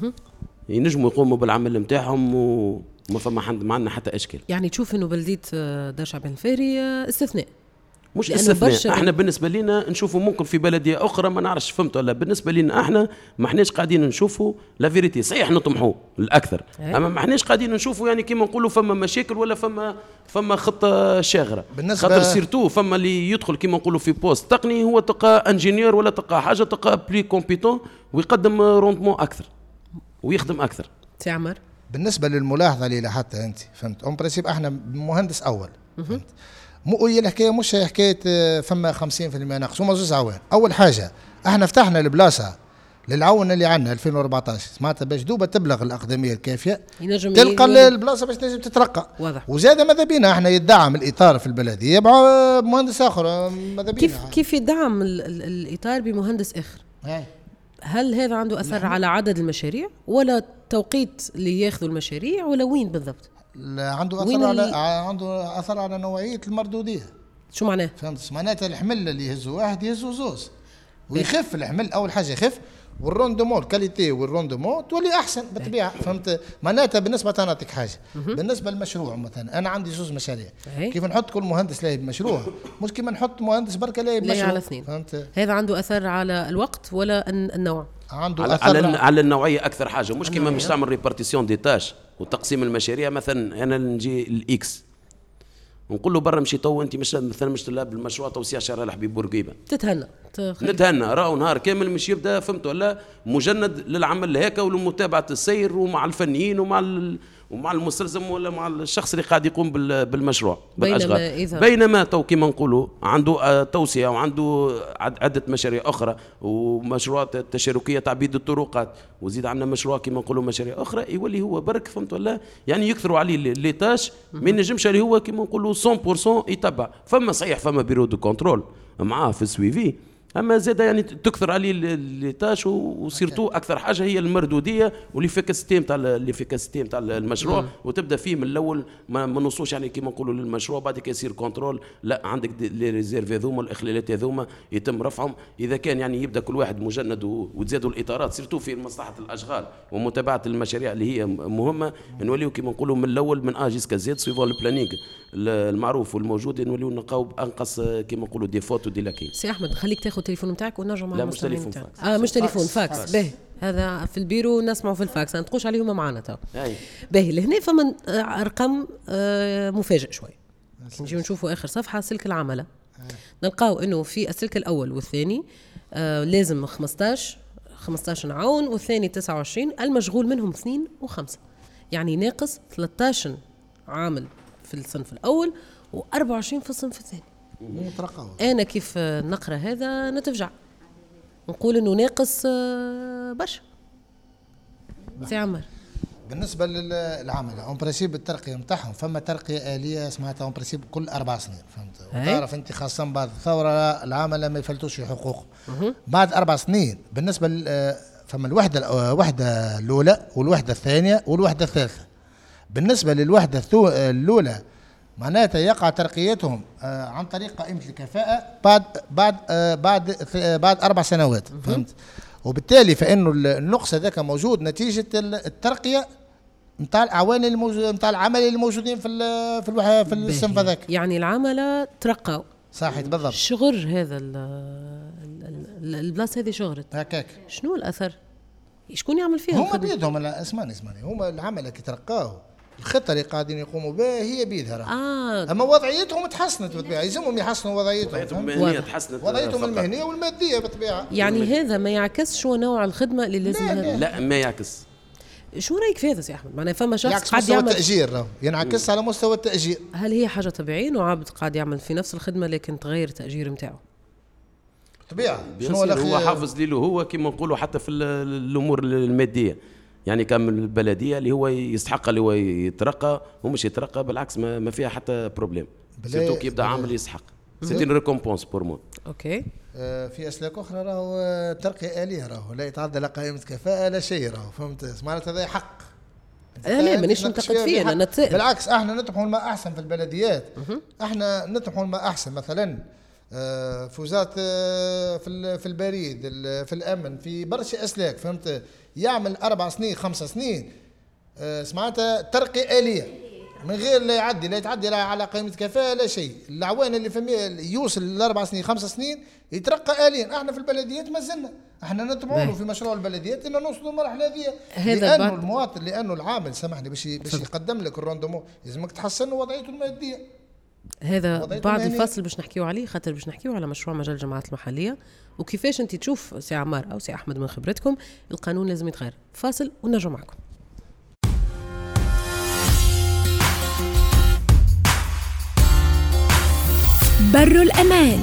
ينجموا يقوموا بالعمل نتاعهم وما فما حد ما عندنا حتى اشكال. يعني تشوف انه بلديه دار شعبان الفاري استثناء؟ مش استثناء، احنا بالنسبه لنا نشوفوا ممكن في بلديه اخرى ما نعرفش فهمت ولا. بالنسبه لنا احنا ما احناش قاعدين نشوفوا لا فيريتي، صحيح نطمحوا الاكثر أيه. اما ما احناش قاعدين نشوفوا يعني كيما نقولوا فما مشاكل ولا فما فما خطه شاغره. خاطر سيرتو فما اللي يدخل كيما نقولوا في بوست تقني هو تلقى انجينيور ولا تلقى حاجه تلقى بلي كومبيتون ويقدم روندمون اكثر ويخدم اكثر. سي عمر بالنسبه للملاحظه اللي لاحظتها انت فهمت اون برينسيپ احنا مهندس اول فهمت مو هي الحكايه مش حكايه فما خمسين بالمئة نقص، هما زوج عوام. اول حاجه احنا فتحنا البلاصه للعون اللي عندنا ألفين وأربعطاش معناتها باش دوبا تبلغ الاقدميه الكافيه تلقى البلاصه باش تنجم تترقى. واضح. وزاد ماذا بينا احنا يدعم الاطار في البلديه بمهندس اخر ماذا بينا. كيف كيف يدعم الاطار بمهندس اخر؟ هاي. هل هذا عنده اثر على عدد المشاريع ولا توقيت اللي ياخذوا المشاريع ولا وين بالضبط؟ عنده اثر على عنده اثر على نوعيه المردوديه. شو معناه؟ فهمت معناتها الحمل اللي يهزوا واحد يهزوا زوز ويخف الحمل. اول حاجه يخف والروندمون الكاليتي والروندمون تولي احسن بالطبيعه. فهمت معناتها بالنسبه نعطيك حاجه بالنسبه للمشروع مثلا انا عندي زوز مشاريع كيف نحط كل مهندس لاهي بمشروع مش كيما نحط مهندس بركه لاهي بمشروع على اثنين. فهمت هذا عنده اثر على الوقت ولا النوع؟ عنده على, أثر على, على النوعيه اكثر حاجه مش كيما مش تعمل ريبارتيسيون دي تاش وتقسيم المشاريع. مثلا انا نجي الاكس ونقول له برا مشي تو انت مش مثلا مش تلعب المشروع توسيع شارع الحبيب بورقيبه تتهنى نتهنى راهو نهار كامل مش يبدا فهمت ولا مجند للعمل هكا ولمتابعه السير ومع الفنيين ومع ال... ومع المستلزم ولا مع الشخص اللي قاعد يقوم بالمشروع بالاشغال. بينما, بينما تو كيما نقولوا عنده توسيع وعنده عده مشاريع اخرى ومشروعات تشاركيه تعبيد الطرقات وزيد عندنا مشروع كيما نقولوا مشاريع اخرى يولي هو برك فهمت ولا يعني يكثروا عليه لي تاش ما ينجمش اللي هو كيما نقولوا مية بالمئة يتبع. فما صحيح فما بيرو دو كنترول معاه في السويفي اما زاد يعني تكثر عليه لي تاش وسيرتو اكثر حاجه هي المردوديه والافيكاسيتي نتاع الافيكاسيتي نتاع المشروع وتبدا فيه من الاول ما نوصوش يعني كيما نقولوا للمشروع بعد كي يصير كنترول لا عندك لي ريزيرف هذوما الاخلالات هذوما يتم رفعهم اذا كان يعني يبدا كل واحد مجند وتزادوا الاطارات سيرتو في مصلحه الاشغال ومتابعه المشاريع اللي هي مهمه نوليو كيما نقولوا من الاول من ا جيسكا زد سويفون لو بلانينغ المعروف والموجود نوليو نلقاو بانقص كيما نقولوا دي فوت ودي لاكي. سي احمد خليك تاخذ التليفون نتاعك ونرجع مع لا مش تليفون فاكس. اه مش تليفون فاكس, فاكس. باهي هذا في البيرو نسمعوا في الفاكس ما تقولش عليهم معنا تو. باهي لهنا فما ارقام آه مفاجئ شوي. نجي نشوفوا اخر صفحه سلك العمله نلقاو انه في السلك الاول والثاني آه لازم خمسطاش خمسطاش عون والثاني تسعة وعشرين المشغول منهم اثنين وخمسة يعني ناقص ثلاثطاش عامل في الصنف الاول وأربعة وعشرين في الصنف الثاني. انا كيف نقرا هذا نتفجع نقول انه ناقص برشا. سي عمر بالنسبه للعمل اون برينسيپ الترقيه نتاعهم فما ترقيه اليه سمعتها اون برينسيپ كل اربع سنين فهمت تعرف انت خاصه بعد الثوره العمل ما يفلتوش في حقوقهم بعد اربع سنين. بالنسبه فما الوحده الوحده الاولى والوحده الثانيه والوحده الثالثه. بالنسبه للوحده الاولى معناتها يقع ترقيتهم آه عن طريق قائمة الكفاءة بعد بعد آه بعد آه بعد أربع سنوات فهمت. وبالتالي فإنه النقص هذاك موجود نتيجة الترقية نتاع الأعوان الموجود نتاع العمل الموجودين في ال في في الصنف هذاك. يعني العملاء ترقوا صحيح بالضبط. شغر هذا البلاصة هذه شغرت هكاك. شنو الأثر؟ شكون يعمل فيها؟ هم بيدهم اسمعني اسمعني هم العملاء كي ترقاو الخطه اللي قاعدين يقوموا بها هي بيدها آه. اما وضعيتهم تحسنت بالطبيعه يلزمهم يحسنوا وضعيتهم المهنيه تحسنت وضعيتهم المهنيه والماديه بالطبيعه. يعني هذا ما يعكس شو نوع الخدمه اللي لازم لا, لا, لا ما يعكس. شو رايك في هذا سي احمد؟ معناها فما شخص قاعد يعمل التاجير ينعكس على مستوى التاجير. هل هي حاجه طبيعيه انه عبد قاعد يعمل في نفس الخدمه لكن تغير التاجير نتاعو؟ طبيعه شنو هو حافظ ليلو هو كما نقولوا حتى في الامور الماديه يعني كان من البلديه اللي هو يستحق اللي هو يترقى ومش يترقى بالعكس ما, ما فيها حتى بروبليم سيرتو كي يبدا عامل يستحق. سيتي ريكومبونس بور مو. اوكي. آه في اسلاك اخرى راهو ترقي اليه راهو لا يتعدى على قائمه كفاءه لا شيء راهو فهمت معناتها هذا حق. لا لا مانيش ننتقد فيه انا نتسائل. بالعكس احنا نطمحوا لما احسن في البلديات. احنا نطمحوا لما احسن مثلا آه في وزاره آه في في البريد في الامن في برشا اسلاك فهمت يعمل اربع سنين خمس سنين آه سمعتها ترقي اليه من غير لا يعدي لا يتعدي لا على قائمه كفاءه لا شيء. العوان اللي فهمي يوصل لاربع سنين خمس سنين يترقى اليا. احنا في البلديات ما زلنا احنا نطمحوا له في مشروع البلديات ان نوصلوا للمرحله هذه لانه المواطن لانه العامل سامحني باش باش يقدم لك الروندومون لازمك تحسن وضعيته الماديه. هذا بعد الفصل باش نحكيو عليه خاطر باش نحكيو على مشروع مجال الجماعات المحليه وكيفاش انت تشوف سي عمار او سي احمد من خبرتكم القانون لازم يتغير. فاصل ونرجع معكم. بر الأمان.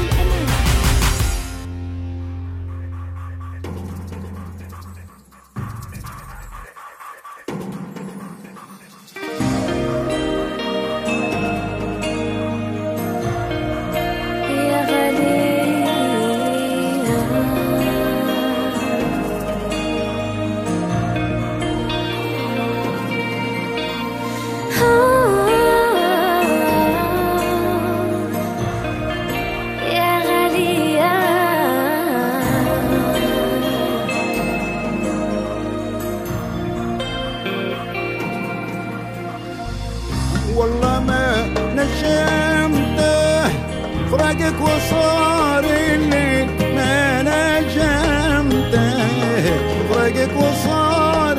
والله ما نجمته فراقك وصار الليل ما نجمته فراقك وصار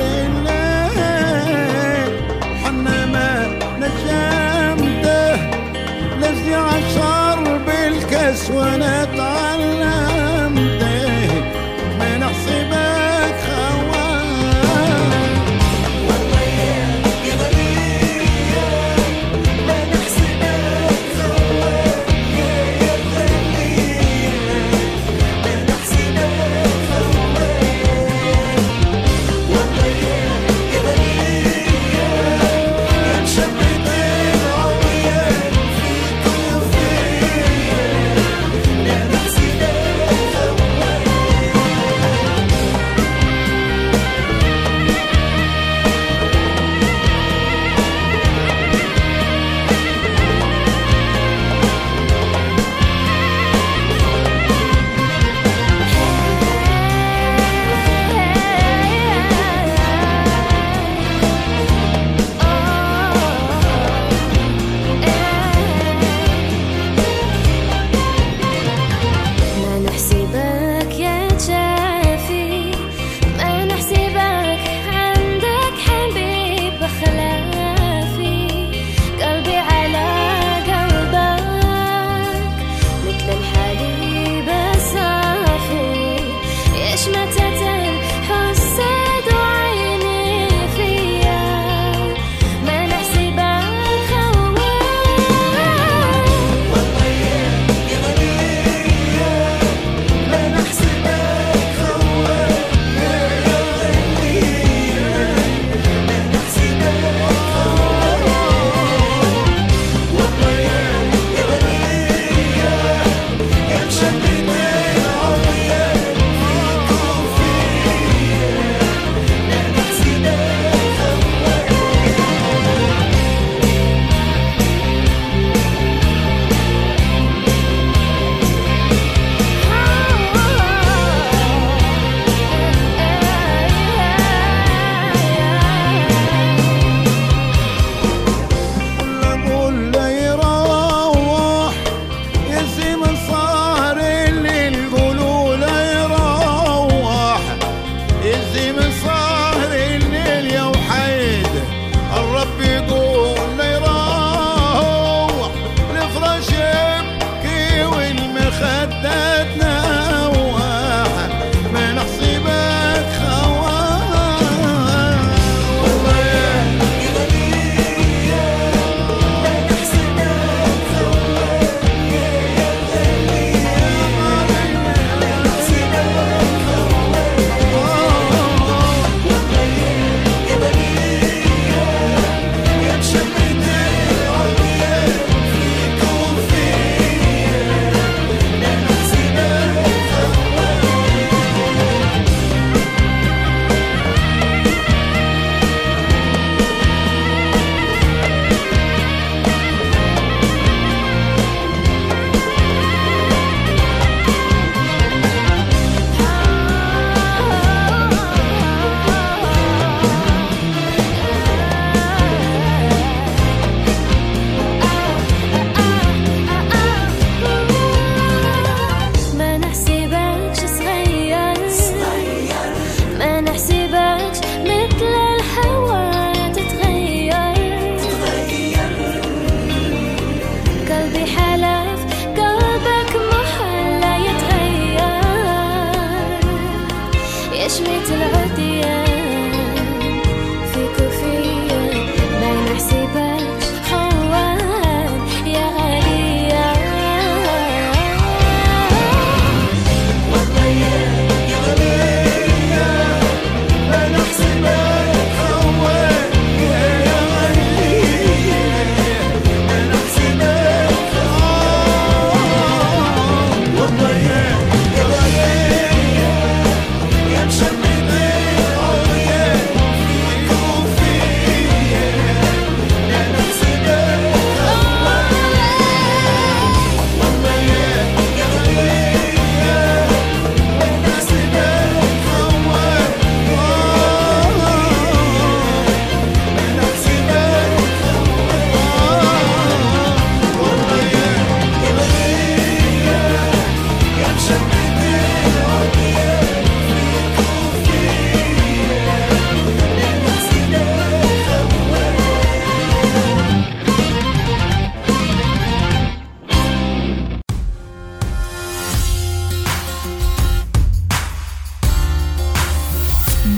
الليل حنا ما نجمته لازلي عشر بالكاس وانا تعلمته ما نحسبك خوان صار اللي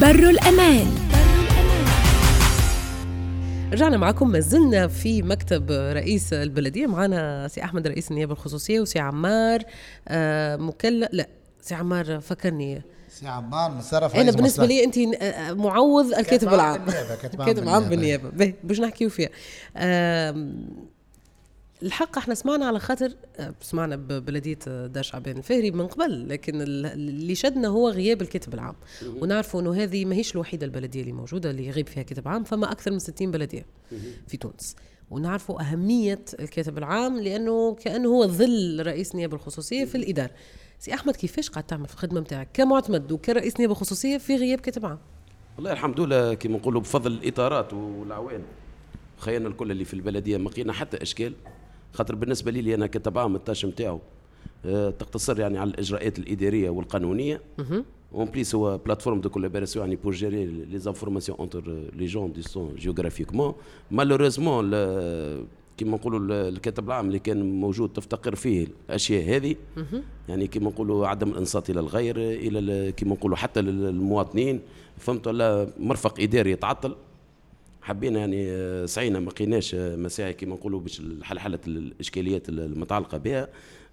بر الأمان. رجعنا معكم، ما زلنا في مكتب رئيس البلدية. معنا سي أحمد رئيس النيابة الخصوصية وسي عمار آه مكلف، لا سي عمار فكرني، سي عمار مصرف. أنا بالنسبة لي أنت معوض الكاتب العام، كاتب العام بالنيابة. باش نحكيو فيها الحق. احنا سمعنا على خاطر سمعنا ببلدية دار شعبان الفهري من قبل، لكن اللي شدنا هو غياب الكاتب العام، ونعرفوا انه هذه ماهيش الوحيدة البلدية اللي موجودة اللي يغيب فيها كاتب عام، فما اكثر من ستين بلدية في تونس، ونعرفوا اهمية الكاتب العام لانه كأنه هو ظل رئيس النيابة الخصوصية في الإدارة. سي احمد، كيفاش قاعد تعمل في الخدمة نتاعك كمعتمد وكرئيس نيابة خصوصية في غياب كاتب عام؟ والله الحمد لله كما نقولوا بفضل الإطارات والعوان خيرنا الكل اللي في البلدية ما لقينا حتى اشكال، خاطر بالنسبه لي انا كتب عام التاش نتاعو أه تقتصر يعني على الاجراءات الاداريه والقانونيه. اون بليس هو بلاتفورم دو كولابوراسيون يعني بور جيري لي زانفورماسيون انتر لي جون دي سون جيوغرافيكمون. مالوريزمون كيما نقولوا الكاتب العام اللي كان موجود تفتقر فيه الاشياء هذه، يعني كيما نقولوا عدم الانصات الى الغير، الى كيما نقولوا حتى للمواطنين، فهمت ولا مرفق اداري يتعطل. حبينا يعني سعينا ما لقيناش مساعي كما نقولوا باش حلحله الاشكاليات المتعلقه بها.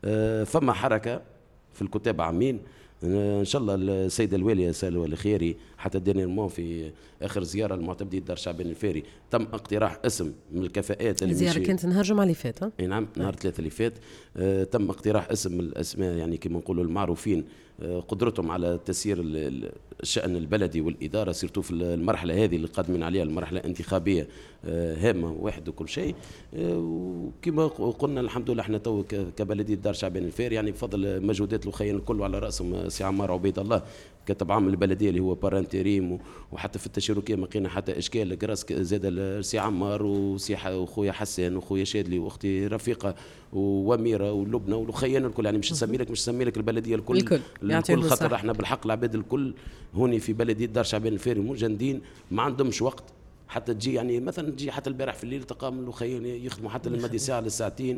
فما حركه في الكتاب عامين ان شاء الله. السيده الواليه سالوه الخيري حتى دينيرمون في اخر زياره لمعتمدي دار شعبان الفهري تم اقتراح اسم من الكفاءات اللي الزياره كانت نهار الجمعه اللي فات. اي نعم نهار ثلاثة اللي فات. آه تم اقتراح اسم من الاسماء يعني كما نقولوا المعروفين آه قدرتهم على تسيير الشان البلدي والاداره سيرتو في المرحله هذه اللي قادمين عليها، المرحله الانتخابيه آه هامه واحد وكل شيء. آه وكما قلنا الحمد لله احنا تو كبلديه دار شعبان الفهري يعني بفضل مجهودات الاخوين الكل وعلى راسهم سي عمار عبيد الله كتب عام البلديه اللي هو بارانتيريم، وحتى في التشاركيه ما لقينا حتى اشكال. كراس زاد سي عمار وسي وخويا حسان وخويا شادلي واختي رفيقه واميره ولبنى والخيان الكل، يعني مش نسمي لك مش نسمي لك البلديه الكل الكل, الكل خاطر احنا بالحق العباد الكل هوني في بلديه دار شعبان الفهري مجندين ما عندهمش وقت حتى تجي، يعني مثلا تجي حتى البارح في الليل تقام الاخوين يخدموا حتى لمدة ساعه لساعتين.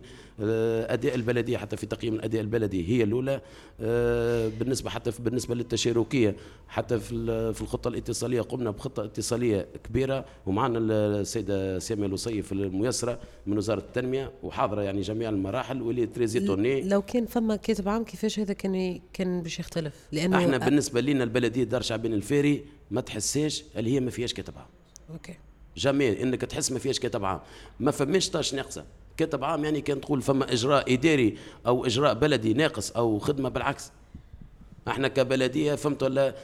اداء البلديه حتى في تقييم الاداء البلدي هي الاولى بالنسبه حتى بالنسبه للتشاركيه، حتى في في الخطه الاتصاليه قمنا بخطه اتصاليه كبيره، ومعنا السيده ساميه لوصيف الميسره من وزاره التنميه وحاضره يعني جميع المراحل واللي تريزيتوني. لو كان فما كاتب عام كيفاش هذا كان كان باش يختلف؟ لانه احنا بالنسبه لنا البلديه دار شعبان الفهري ما تحساش اللي هي ما فيهاش كاتب عام. اوكي جميل انك تحس ما فيهاش كاتب عام، ما فماش طاش ناقصه. كاتب عام يعني كان تقول فما اجراء اداري او اجراء بلدي ناقص او خدمه، بالعكس احنا كبلديه فهمت ولا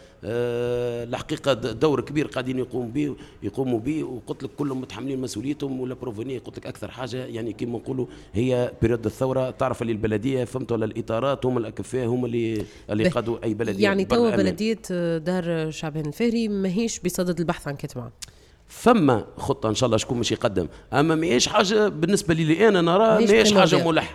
أه الحقيقه دور كبير قاعدين يقوم به يقوموا به، وقلت لك كلهم متحملين مسؤوليتهم ولا بروفوني. قلت لك اكثر حاجه يعني كيما نقولوا هي بيريود الثوره، تعرف اللي البلديه فهمت ولا الاطارات هم الاكفاء هم اللي اللي قادوا اي بلديه. يعني تو بلديه دار شعبان الفهري ماهيش بصدد البحث عن كاتب عام. فما خطه ان شاء الله شكون مش يقدم، اما ماهيش حاجه بالنسبه لي انا نرى ماهيش حاجه ملحه.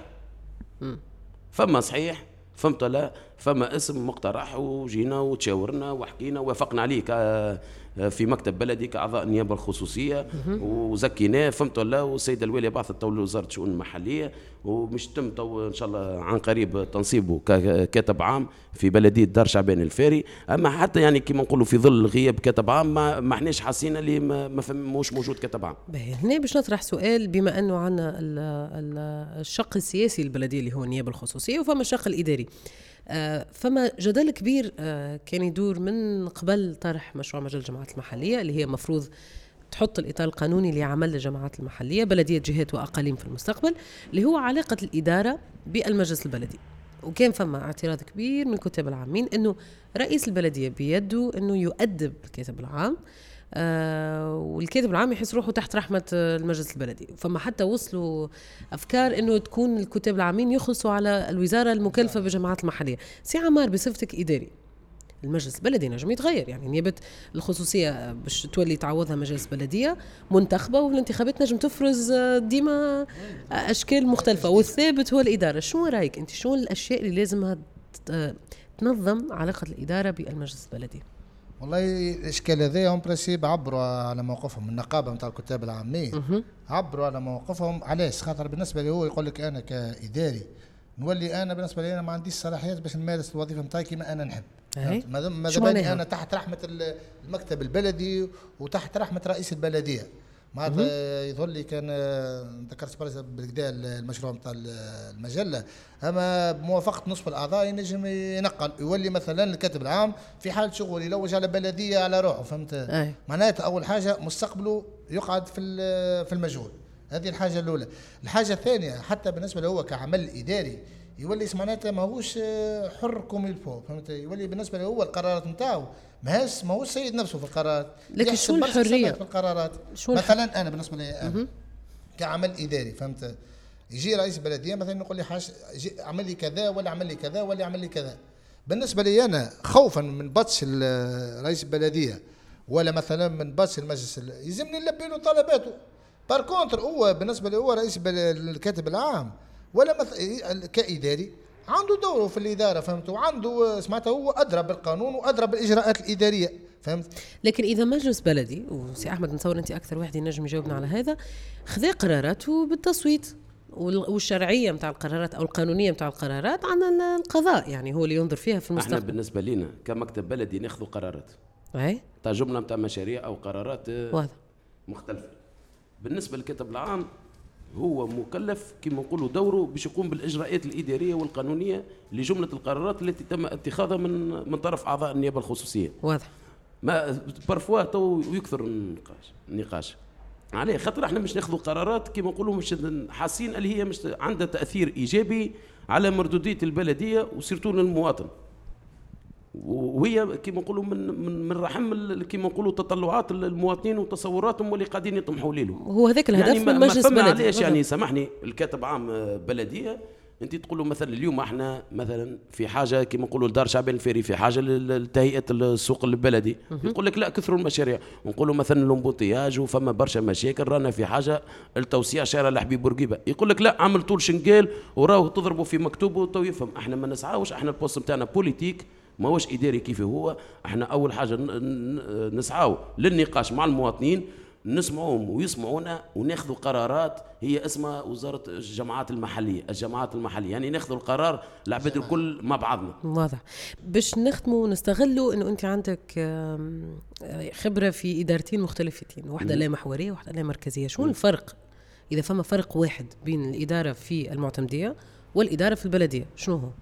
فما صحيح فهمت لا، فما اسم مقترح وجينا وتشاورنا وحكينا ووافقنا عليه في مكتب بلدي كاعضاء النيابه الخصوصيه وزكيناه فهمت ولا. والسيده الواليه بعثت تو لوزاره الشؤون المحليه ومش تم تو ان شاء الله عن قريب تنصيبه ككاتب عام في بلديه دار شعبان الفهري. اما حتى يعني كما نقولوا في ظل غياب كاتب عام ما, ما احناش حاسين اللي ما, ما فماش موجود كاتب عام. هنا باش نطرح سؤال، بما انه عندنا الشق السياسي للبلديه اللي هو النيابه الخصوصيه وفما الشق الاداري، آه فما جدل كبير آه كان يدور من قبل طرح مشروع مجال الجماعات المحلية اللي هي مفروض تحط الإطار القانوني لعمل الجماعات المحلية بلدية جهات وأقاليم في المستقبل، اللي هو علاقة الإدارة بالمجلس البلدي. وكان فما اعتراض كبير من الكتاب العامين أنه رئيس البلدية بيده أنه يؤدب الكاتب العام، آه والكاتب العام يحس روحه تحت رحمة المجلس البلدي. فما حتى وصلوا أفكار أنه تكون الكتاب العامين يخلصوا على الوزارة المكلفة بالجماعات المحلية. سي عمار، بصفتك إداري، المجلس البلدي نجم يتغير، يعني نيابة الخصوصية باش تولي تعوضها مجلس بلدية منتخبة، والانتخابات نجم تفرز ديما أشكال مختلفة، والثابت هو الإدارة. شو رأيك أنت، شو الأشياء اللي لازمها تنظم علاقة الإدارة بالمجلس البلدي؟ والله الاشكال هذا هم برسيب عبروا على موقفهم، النقابه نتاع الكتاب العامين عبروا على موقفهم. علاش؟ خاطر بالنسبه لي هو يقول لك انا كاداري نولي انا بالنسبه لي انا ما عنديش صلاحيات باش نمارس الوظيفه نتاعي كما انا نحب. ماذا باني انا تحت رحمه المكتب البلدي وتحت رحمه رئيس البلديه. معناتها يظهر لي كان ذكرت بالكدا المشروع نتاع المجله، اما بموافقه نصف الاعضاء ينجم ينقل يولي مثلا الكاتب العام في حال شغل يلوج على بلديه على روحه، فهمت؟ معناتها اول حاجه مستقبله يقعد في في المجهول، هذه الحاجه الاولى. الحاجه الثانيه حتى بالنسبه له هو كعمل اداري يولي معناتها ماهوش حر كوم الفو، فهمت؟ يولي بالنسبه له هو القرارات نتاعو ماهوش ماهوش سيد نفسه في القرارات. لكن شو الحريه في القرارات؟ مثلا انا بالنسبه لي أنا كعمل اداري، فهمت؟ يجي رئيس بلديه مثلا يقول لي حاجه اعمل لي كذا ولا اعمل لي كذا ولا اعمل لي كذا، بالنسبه لي انا خوفا من بطش رئيس البلديه ولا مثلا من بطش المجلس يلزمني نلبي له طلباته. بار كونتر هو بالنسبه لي هو رئيس الكاتب العام ولا مثلا كاداري عنده دوره في الاداره، فهمت؟ وعنده سمعته هو ادرى بالقانون وادرى بالاجراءات الاداريه، فهمت؟ لكن اذا مجلس بلدي وسي احمد نتصور انت اكثر واحد ينجم يجاوبنا على هذا، خذ قراراته بالتصويت والشرعيه نتاع القرارات او القانونيه نتاع القرارات عن القضاء، يعني هو اللي ينظر فيها في المستقبل. احنا بالنسبه لنا كمكتب بلدي ناخذ قرارات اي تاع جمله نتاع مشاريع او قرارات واضح مختلفه. بالنسبه للكاتب العام هو مكلف كما نقولوا دوره باش يقوم بالاجراءات الاداريه والقانونيه لجمله القرارات التي تم اتخاذها من من طرف اعضاء النيابه الخصوصيه. واضح. ما بارفوا تو يكثر النقاش النقاش عليه، خاطر احنا مش ناخذوا قرارات كما نقولوا مش حاسين اللي هي مش عندها تاثير ايجابي على مردوديه البلديه وسيرتو للمواطن، وهي كما نقولوا من من من رحم كما نقولوا تطلعات المواطنين وتصوراتهم واللي قاعدين يطمحوا له. هو هذاك الهدف يعني من مجلس بلدي. علاش يعني سامحني الكاتب عام بلديه انت تقول له مثلا اليوم احنا مثلا في حاجه كما نقولوا لدار شعبان الفيري في حاجه لتهيئه السوق البلدي، يقول لك لا كثروا المشاريع، ونقولوا مثلا لومبوتياج وفما برشا مشاكل رانا في حاجه لتوسيع شارع الحبيب بورقيبه، يقول لك لا عمل طول شنقال وراهو تضربوا في مكتوبه تو يفهم. احنا ما نسعاوش، احنا البوست نتاعنا بوليتيك ماهوش اداري كيف هو. احنا اول حاجه نسعاو للنقاش مع المواطنين، نسمعوهم ويسمعونا وناخذوا قرارات هي اسمها وزاره الجماعات المحليه، الجماعات المحليه يعني ناخذوا القرار العباد الكل مع بعضنا. واضح. باش نخدموا ونستغلوا انه انت عندك خبره في ادارتين مختلفتين، واحده لا محوريه وواحده لا مركزيه، شو الفرق اذا فما فرق واحد بين الاداره في المعتمديه والاداره في البلديه شنو هو؟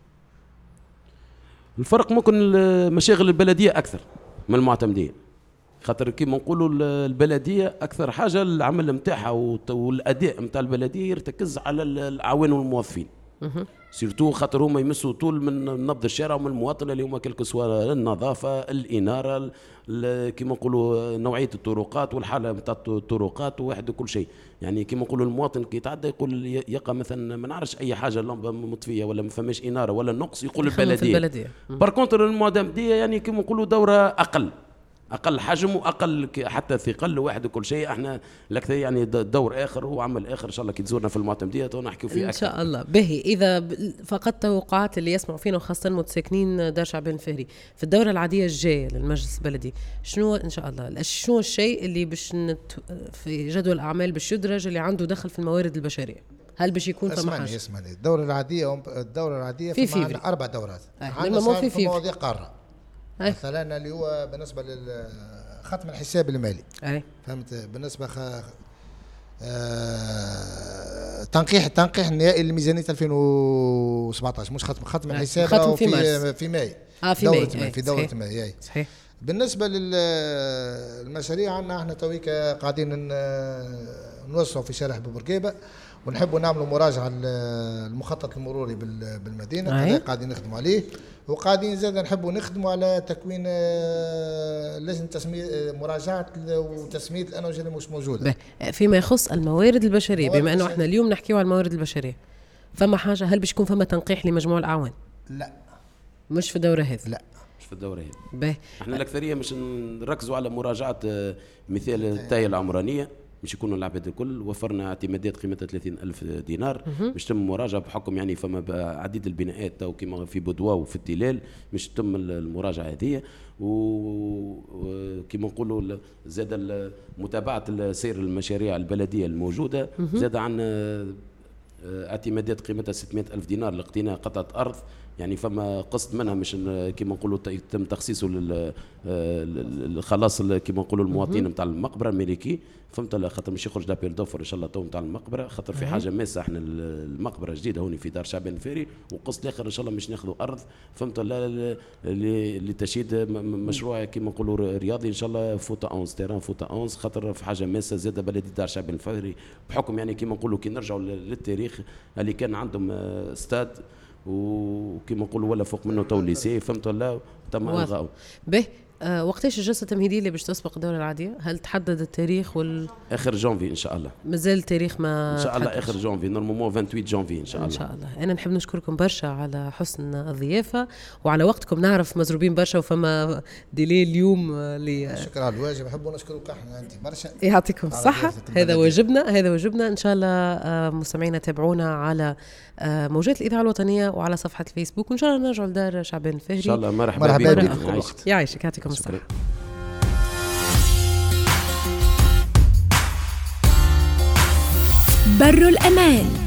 الفرق ممكن مشاغل البلديه اكثر من المعتمديه، خاطر كيما نقولوا البلديه اكثر حاجه العمل نتاعها والاداء نتاع البلديه يرتكز على العوان والموظفين، سيرتو خاطر هما يمسوا طول من نبض الشارع ومن المواطن اللي هما كلك سوا النظافه الاناره كيما نقولوا نوعيه الطرقات والحاله نتاع الطرقات وواحد وكل شيء. يعني كيما نقولوا المواطن كي يتعدى يقول يلقى مثلا ما نعرفش اي حاجه لمبه مطفيه ولا ما فماش اناره ولا نقص يقول البلديه. البلديه بار كونتر المعتمديه يعني كيما نقولوا دوره اقل اقل حجم واقل حتى ثقل واحد وكل شيء. احنا الاكثر يعني دور اخر هو عمل اخر ان شاء الله كي تزورنا في المعتمديه نحكيو فيه اكثر ان شاء الله. باهي اذا فقط توقعات اللي يسمعوا فينا وخاصه متساكنين دار شعبان الفهري في الدوره العاديه الجايه للمجلس البلدي، شنو ان شاء الله شنو الشيء اللي باش نت في جدول الاعمال باش يدرج اللي عنده دخل في الموارد البشريه؟ هل باش يكون فما حاجه؟ اسمعني الدوره العاديه الدوره العاديه في في اربع دورات عندنا في في مواضيع قاره مثلا اللي هو بالنسبه لختم الحساب المالي. اي فهمت؟ بالنسبه خ... آه... تنقيح التنقيح النهائي لميزانيه ألفين وسبعطاش، مش ختم ختم الحساب ختم في في, في ماي اه في دورة ماي في دوره ماي. اي صحيح. بالنسبه للمشاريع عندنا احنا تويك قاعدين نوسعوا في شارع بورقيبه ونحبوا نعملوا مراجعه المخطط المروري بالمدينه، هذا قاعدين نخدموا عليه، وقاعدين زاد نحبوا نخدموا على تكوين لجنه تسميه مراجعه وتسميه الانوجه اللي مش موجوده. فيما يخص الموارد البشريه، بما انه احنا اليوم نحكيوا على الموارد البشريه، فما حاجه هل باش يكون فما تنقيح لمجموع الاعوان؟ لا مش في الدوره هذه. لا مش في الدوره هذه. باهي احنا الاكثريه مش نركزوا على مراجعه مثال التايه العمرانيه، مش يكونوا العباد الكل. وفرنا اعتمادات قيمتها ثلاثين ألف دينار مش تم مراجعة بحكم يعني فما عديد البناءات أو كما في بودوا وفي التلال مش تم المراجعة هذه. وكما نقولوا زاد متابعة سير المشاريع البلدية الموجودة، زاد عن اعتمادات قيمتها ستمائة ألف دينار لاقتناء قطعة أرض يعني فما قسط منها مش كيما نقولوا تم تخصيصه لل خلاص كيما نقولوا المواطنين نتاع المقبره الملكي، فهمت لا خاطر مش يخرج لابيل دوفر ان شاء الله تو نتاع المقبره، خاطر في حاجه ماسه احنا المقبره جديده هوني في دار شعبان الفهري، وقسط الاخر ان شاء الله مش ناخذوا ارض فهمت لا لتشييد مشروع كيما نقولوا رياضي ان شاء الله فوتا احد تيران فوتا احد، خاطر في حاجه ماسه زاد بلديه دار شعبان الفهري بحكم يعني كيما نقولوا كي نرجعوا للتاريخ اللي كان عندهم استاد وكيما نقولوا ولا فوق منه تو ليسي فهمت ولا تم الغاء به. آه وقتاش الجلسه التمهيديه اللي باش تسبق الدوره العاديه؟ هل تحدد التاريخ وال اخر جونفي ان شاء الله؟ مازال التاريخ ما ان شاء الله اخر جونفي نورمالمون ثمانية وعشرين جونفي ان شاء الله. ان شاء الله. انا نحب نشكركم برشا على حسن الضيافه وعلى وقتكم، نعرف مزروبين برشا وفما ديلي اليوم اللي شكرا على الواجب، نحب نشكرك احنا انت برشا، يعطيكم الصحه. هذا واجبنا هذا واجبنا ان شاء الله. مستمعينا تابعونا على موجات الاذاعه الوطنيه وعلى صفحه الفيسبوك، وان شاء الله نرجعوا لدار شعبان الفهري ان شاء الله. مرحبا, مرحبا بكم. يعيشك يعطيكم الصحه. بر الأمان.